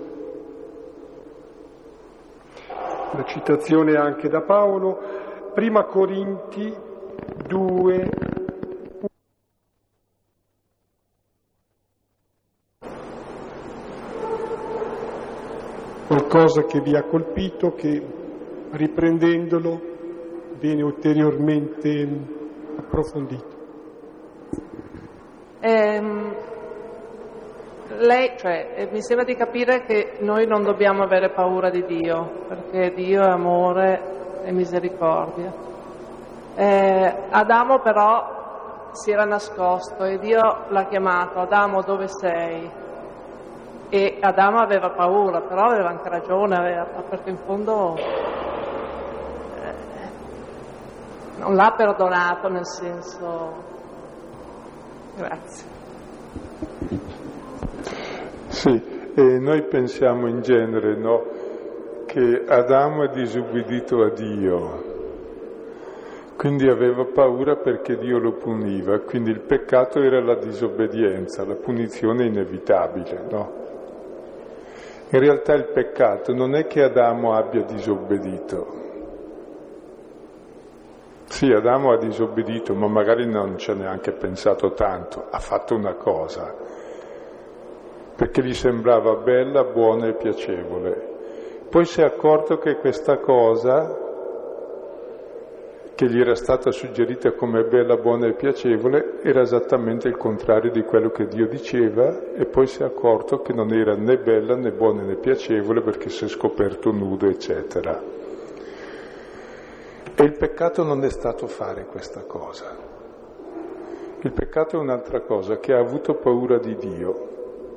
la citazione anche da Paolo, prima Corinti due, qualcosa che vi ha colpito, che riprendendolo viene ulteriormente approfondito. Ehm, lei, cioè, mi sembra di capire che noi non dobbiamo avere paura di Dio, perché Dio è amore e misericordia. Eh, Adamo però si era nascosto e Dio l'ha chiamato: Adamo, dove sei? E Adamo aveva paura, però aveva anche ragione, aveva, perché in fondo non l'ha perdonato nel senso... Grazie. Sì, e noi pensiamo in genere, no, che Adamo è disubbidito a Dio, quindi aveva paura perché Dio lo puniva, quindi il peccato era la disobbedienza, la punizione inevitabile, no? In realtà il peccato non è che Adamo abbia disobbedito. Sì, Adamo ha disobbedito, ma magari non ci ha neanche pensato tanto, ha fatto una cosa, perché gli sembrava bella, buona e piacevole. Poi si è accorto che questa cosa, che gli era stata suggerita come bella, buona e piacevole, era esattamente il contrario di quello che Dio diceva, e poi si è accorto che non era né bella, né buona, né piacevole, perché si è scoperto nudo, eccetera. E il peccato non è stato fare questa cosa. Il peccato è un'altra cosa, che ha avuto paura di Dio,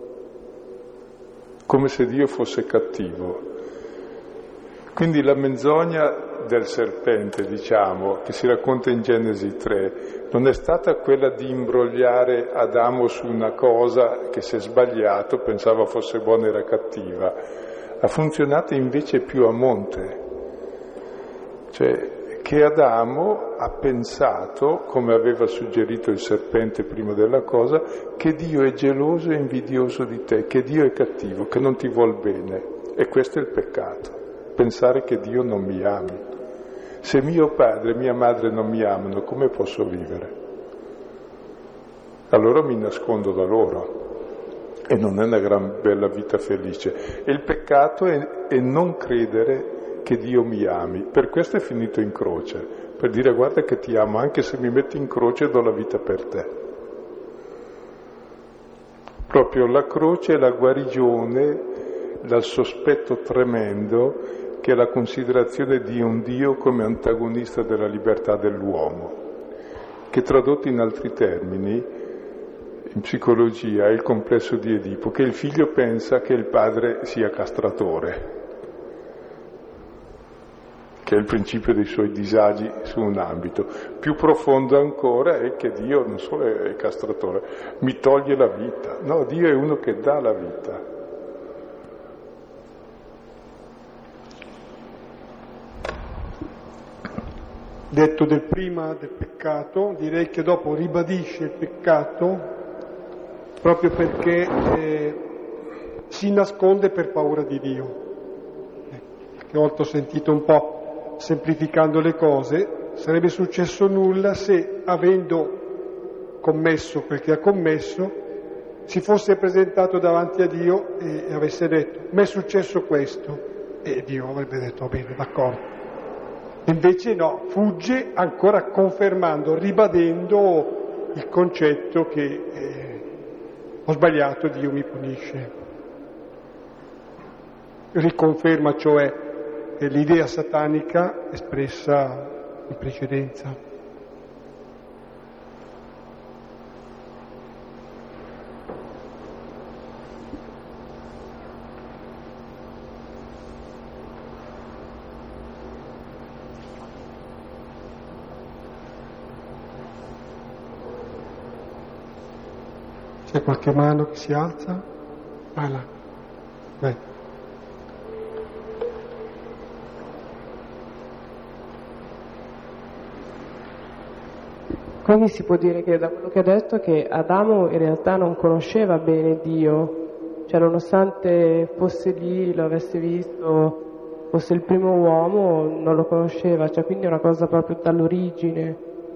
come se Dio fosse cattivo. Quindi la menzogna del serpente, diciamo, che si racconta in Genesi tre, non è stata quella di imbrogliare Adamo su una cosa che si è sbagliato, pensava fosse buona e era cattiva. Ha funzionato invece più a monte. Cioè, che Adamo ha pensato, come aveva suggerito il serpente prima della cosa, che Dio è geloso e invidioso di te, che Dio è cattivo, che non ti vuol bene. E questo è il peccato, pensare che Dio non mi ami. Se mio padre e mia madre non mi amano, come posso vivere? Allora mi nascondo da loro. E non è una gran bella vita felice. E il peccato è, è non credere che Dio mi ami, per questo è finito in croce, per dire guarda che ti amo, anche se mi metti in croce do la vita per te. Proprio la croce è la guarigione dal sospetto tremendo che è la considerazione di un Dio come antagonista della libertà dell'uomo, che tradotto in altri termini, in psicologia, è il complesso di Edipo, che il figlio pensa che il padre sia castratore, che è il principio dei suoi disagi su un ambito. Più profondo ancora è che Dio non solo è castratore, mi toglie la vita. No, Dio è uno che dà la vita. Detto del prima del peccato, direi che dopo ribadisce il peccato proprio perché eh, si nasconde per paura di Dio. Che ho volta ho sentito un po', semplificando le cose, sarebbe successo nulla se, avendo commesso quel che ha commesso, si fosse presentato davanti a Dio e avesse detto: mi è successo questo, e Dio avrebbe detto: va bene, d'accordo. Invece no, fugge ancora confermando, ribadendo il concetto che eh, ho sbagliato, Dio mi punisce. Riconferma cioè l'idea satanica espressa in precedenza. C'è qualche mano che si alza? Ah là. Beh. Quindi si può dire che da quello che ha detto che Adamo in realtà non conosceva bene Dio, cioè nonostante fosse lì, lo avesse visto, fosse il primo uomo, non lo conosceva, cioè quindi è una cosa proprio dall'origine.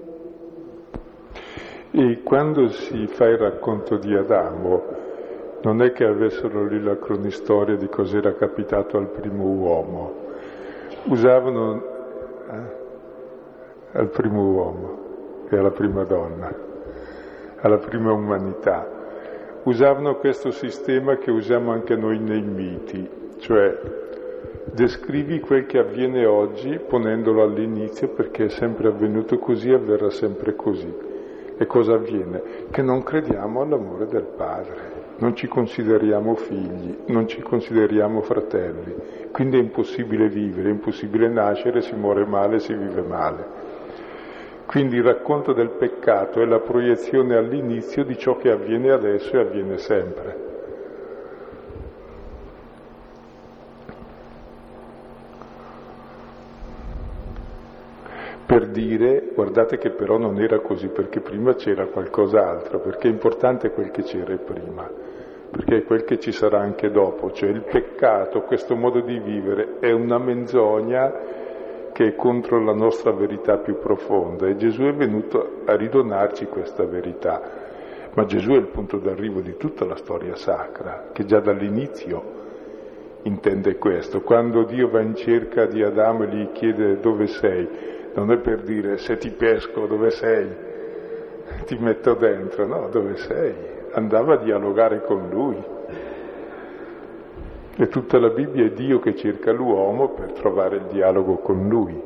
E quando si fa il racconto di Adamo, non è che avessero lì la cronistoria di cos'era capitato al primo uomo, usavano eh, al primo uomo e alla prima donna, alla prima umanità. Usavano questo sistema che usiamo anche noi nei miti, cioè descrivi quel che avviene oggi ponendolo all'inizio, perché è sempre avvenuto così, avverrà sempre così. E cosa avviene? Che non crediamo all'amore del Padre, non ci consideriamo figli, non ci consideriamo fratelli, quindi è impossibile vivere, è impossibile nascere, si muore male, si vive male. Quindi il racconto del peccato è la proiezione all'inizio di ciò che avviene adesso e avviene sempre. Per dire, guardate che però non era così, perché prima c'era qualcos'altro, perché è importante quel che c'era prima, perché è quel che ci sarà anche dopo, cioè il peccato, questo modo di vivere, è una menzogna che è contro la nostra verità più profonda, e Gesù è venuto a ridonarci questa verità. Ma Gesù è il punto d'arrivo di tutta la storia sacra, che già dall'inizio intende questo. Quando Dio va in cerca di Adamo e gli chiede dove sei, non è per dire se ti pesco dove sei, ti metto dentro, no, dove sei? Andava a dialogare con lui. E tutta la Bibbia è Dio che cerca l'uomo per trovare il dialogo con lui.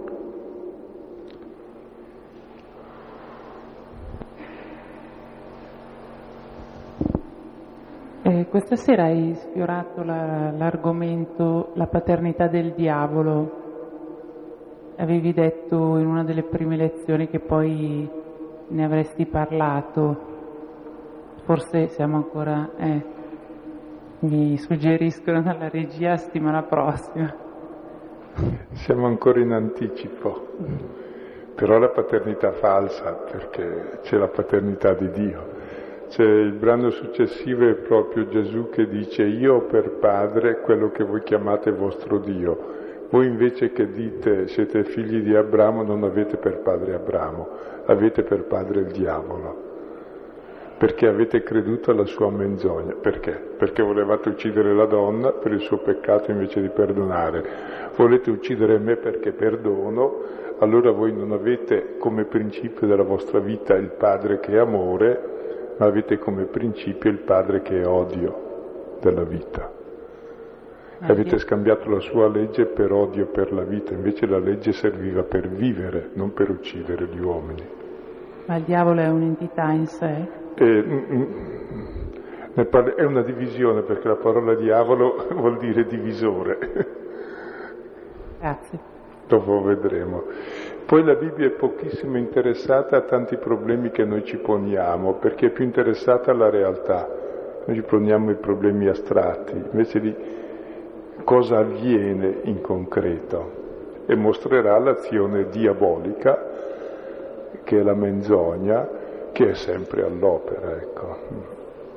Eh, questa sera hai sfiorato la, l'argomento la paternità del diavolo. Avevi detto in una delle prime lezioni che poi ne avresti parlato. Forse siamo ancora... Eh, mi suggeriscono dalla regia settimana prossima. Siamo ancora in anticipo. Però la paternità falsa, perché c'è la paternità di Dio. C'è il brano successivo, è proprio Gesù che dice: io ho per padre quello che voi chiamate vostro Dio. Voi invece che dite siete figli di Abramo non avete per padre Abramo, avete per padre il diavolo, perché avete creduto alla sua menzogna. Perché? Perché volevate uccidere la donna per il suo peccato invece di perdonare. Volete uccidere me perché perdono, allora voi non avete come principio della vostra vita il padre che è amore, ma avete come principio il padre che è odio della vita. E avete scambiato la sua legge per odio per la vita, invece la legge serviva per vivere, non per uccidere gli uomini. Ma il diavolo è un'entità in sé? E, ne parla, è una divisione, perché la parola diavolo vuol dire divisore. Grazie. Dopo vedremo. Poi la Bibbia è pochissimo interessata a tanti problemi che noi ci poniamo, perché è più interessata alla realtà. Noi ci poniamo i problemi astratti, invece di cosa avviene in concreto, e mostrerà l'azione diabolica, che è la menzogna, che è sempre all'opera, ecco.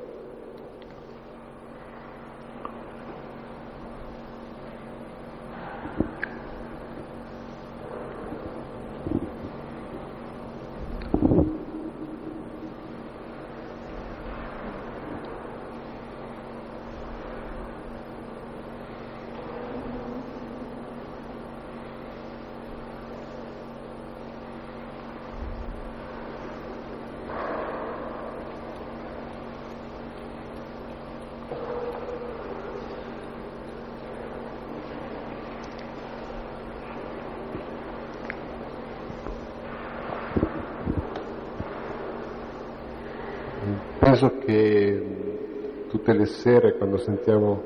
Penso che tutte le sere quando sentiamo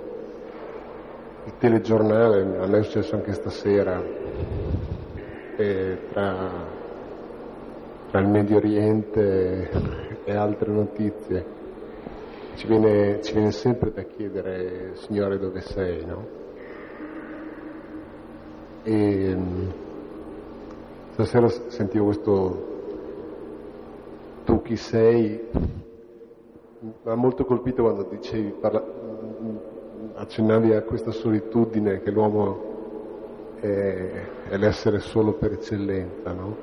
il telegiornale, a me è successo anche stasera, e tra, tra il Medio Oriente e altre notizie, ci viene, ci viene sempre da chiedere: Signore, dove sei, no? E stasera sentivo questo tu chi sei. Mi ha molto colpito quando dicevi, parla, accennavi a questa solitudine che l'uomo è, è l'essere solo per eccellenza, no?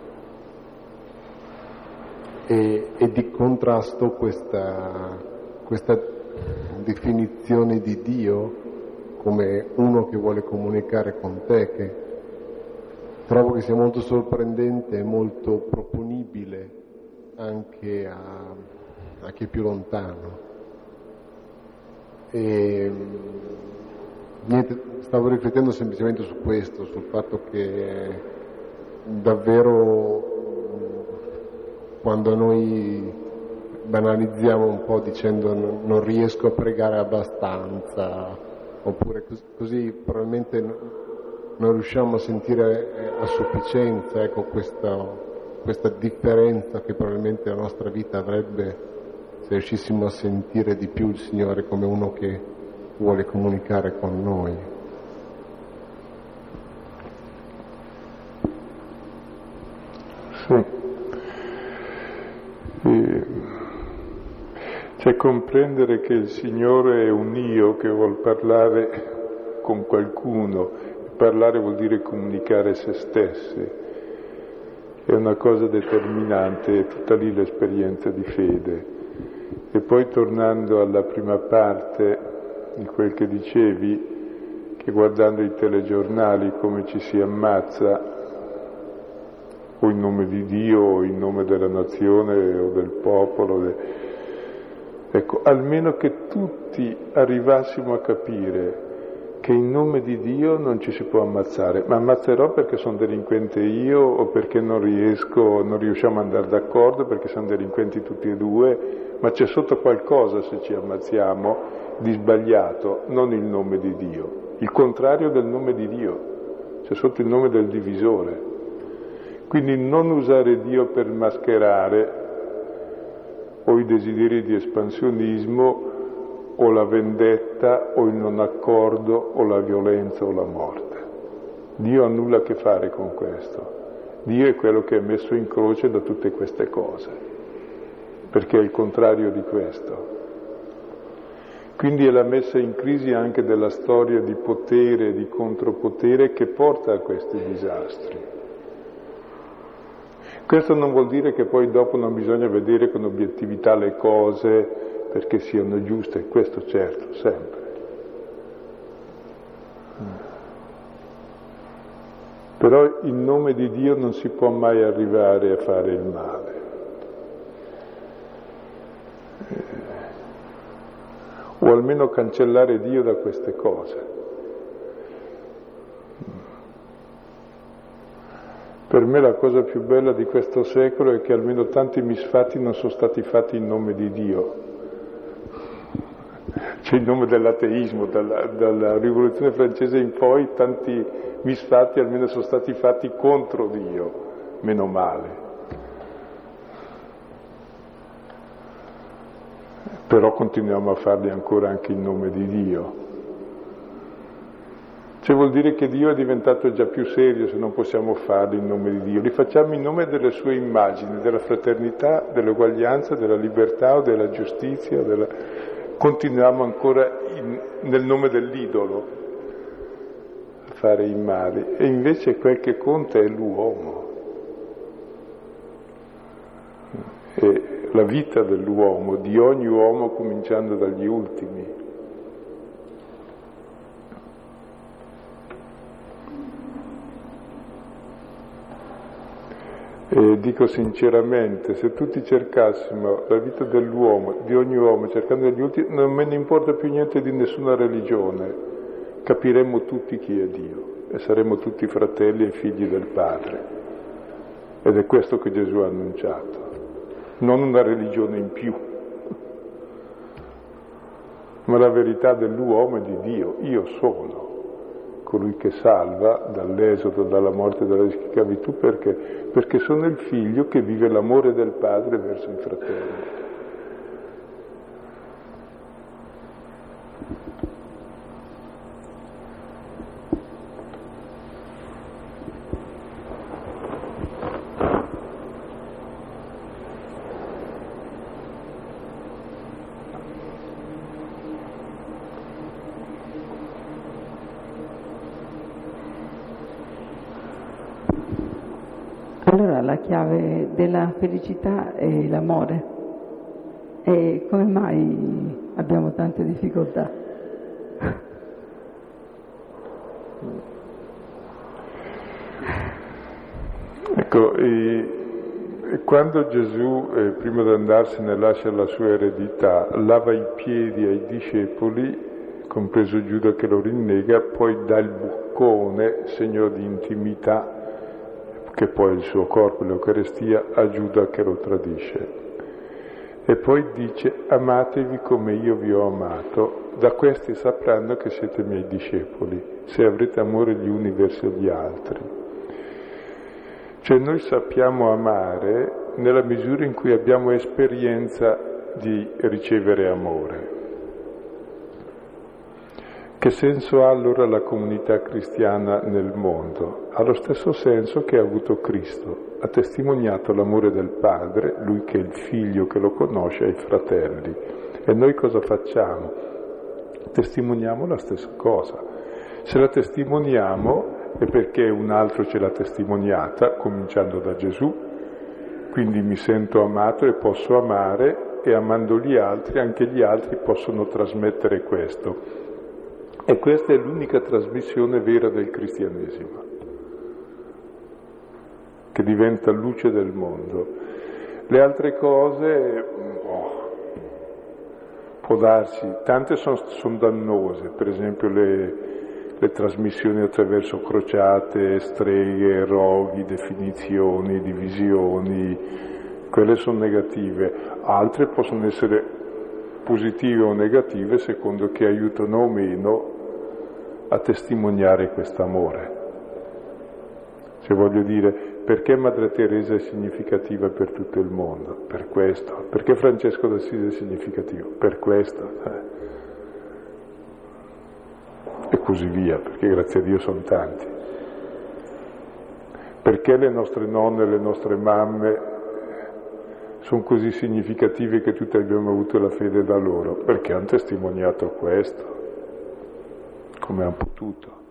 E, e di contrasto questa, questa definizione di Dio come uno che vuole comunicare con te, che trovo che sia molto sorprendente e molto proponibile anche a, a chi è più lontano. E niente, stavo riflettendo semplicemente su questo, sul fatto che davvero quando noi banalizziamo un po' dicendo non riesco a pregare abbastanza, oppure così, così probabilmente non riusciamo a sentire a sufficienza, ecco, questo questa differenza che probabilmente la nostra vita avrebbe se riuscissimo a sentire di più il Signore come uno che vuole comunicare con noi. Sì. E, cioè comprendere che il Signore è un io che vuol parlare con qualcuno. Parlare vuol dire comunicare se stessi. È una cosa determinante, è tutta lì l'esperienza di fede. E poi tornando alla prima parte di quel che dicevi, che guardando i telegiornali come ci si ammazza, o in nome di Dio, o in nome della nazione, o del popolo, de... ecco, almeno che tutti arrivassimo a capire che in nome di Dio non ci si può ammazzare, ma ammazzerò perché sono delinquente io o perché non riesco, non riusciamo ad andare d'accordo, perché siamo delinquenti tutti e due, ma c'è sotto qualcosa, se ci ammazziamo, di sbagliato, non il nome di Dio, il contrario del nome di Dio, c'è sotto il nome del divisore. Quindi non usare Dio per mascherare o i desideri di espansionismo o la vendetta o il non accordo o la violenza o la morte. Dio ha nulla a che fare con questo. Dio è quello che è messo in croce da tutte queste cose, perché è il contrario di questo. Quindi è la messa in crisi anche della storia di potere e di contropotere che porta a questi disastri. Questo non vuol dire che poi dopo non bisogna vedere con obiettività le cose perché siano giuste, questo certo, sempre. Però in nome di Dio non si può mai arrivare a fare il male. O almeno cancellare Dio da queste cose. Per me la cosa più bella di questo secolo è che almeno tanti misfatti non sono stati fatti in nome di Dio. Cioè in nome dell'ateismo, dalla, dalla rivoluzione francese in poi tanti misfatti almeno sono stati fatti contro Dio, meno male. Però continuiamo a farli ancora anche in nome di Dio. Cioè vuol dire che Dio è diventato già più serio se non possiamo farli in nome di Dio. Li facciamo in nome delle sue immagini, della fraternità, dell'uguaglianza, della libertà o della giustizia. Della... Continuiamo ancora in, nel nome dell'idolo a fare i mali. E invece quel che conta è l'uomo. È la vita dell'uomo, di ogni uomo cominciando dagli ultimi. E dico sinceramente, se tutti cercassimo la vita dell'uomo, di ogni uomo, cercando gli ultimi, non me ne importa più niente di nessuna religione, capiremmo tutti chi è Dio e saremmo tutti fratelli e figli del Padre. Ed è questo che Gesù ha annunciato, non una religione in più, ma la verità dell'uomo e di Dio. Io sono colui che salva dall'esodo, dalla morte e dalla schiavitù, perché? Perché sono il figlio che vive l'amore del padre verso i fratelli. Allora la chiave della felicità è l'amore. E come mai abbiamo tante difficoltà? Ecco, e, e quando Gesù, eh, prima di andarsene, lascia la sua eredità, lava i piedi ai discepoli, compreso Giuda che lo rinnega, poi dà il boccone, segno di intimità, che poi il suo corpo, l'Eucaristia, a Giuda che lo tradisce. E poi dice: amatevi come io vi ho amato, da questi sapranno che siete miei discepoli, se avrete amore gli uni verso gli altri. Cioè noi sappiamo amare nella misura in cui abbiamo esperienza di ricevere amore. Che senso ha allora la comunità cristiana nel mondo? Ha lo stesso senso che ha avuto Cristo, ha testimoniato l'amore del Padre, lui che è il Figlio che lo conosce, ai fratelli. E noi cosa facciamo? Testimoniamo la stessa cosa. Se la testimoniamo è perché un altro ce l'ha testimoniata, cominciando da Gesù, quindi mi sento amato e posso amare, e amando gli altri, anche gli altri possono trasmettere questo. E questa è l'unica trasmissione vera del cristianesimo, che diventa luce del mondo. Le altre cose, oh, può darsi, tante sono, sono dannose, per esempio le, le trasmissioni attraverso crociate, streghe, roghi, definizioni, divisioni, quelle sono negative. Altre possono essere positive o negative secondo che aiutano o meno a testimoniare quest'amore. Cioè voglio dire, perché Madre Teresa è significativa per tutto il mondo? Per questo. Perché Francesco d'Assisi è significativo? Per questo. Eh. E così via, perché grazie a Dio sono tanti. Perché le nostre nonne e le nostre mamme sono così significative che tutti abbiamo avuto la fede da loro? Perché hanno testimoniato questo, come hanno potuto.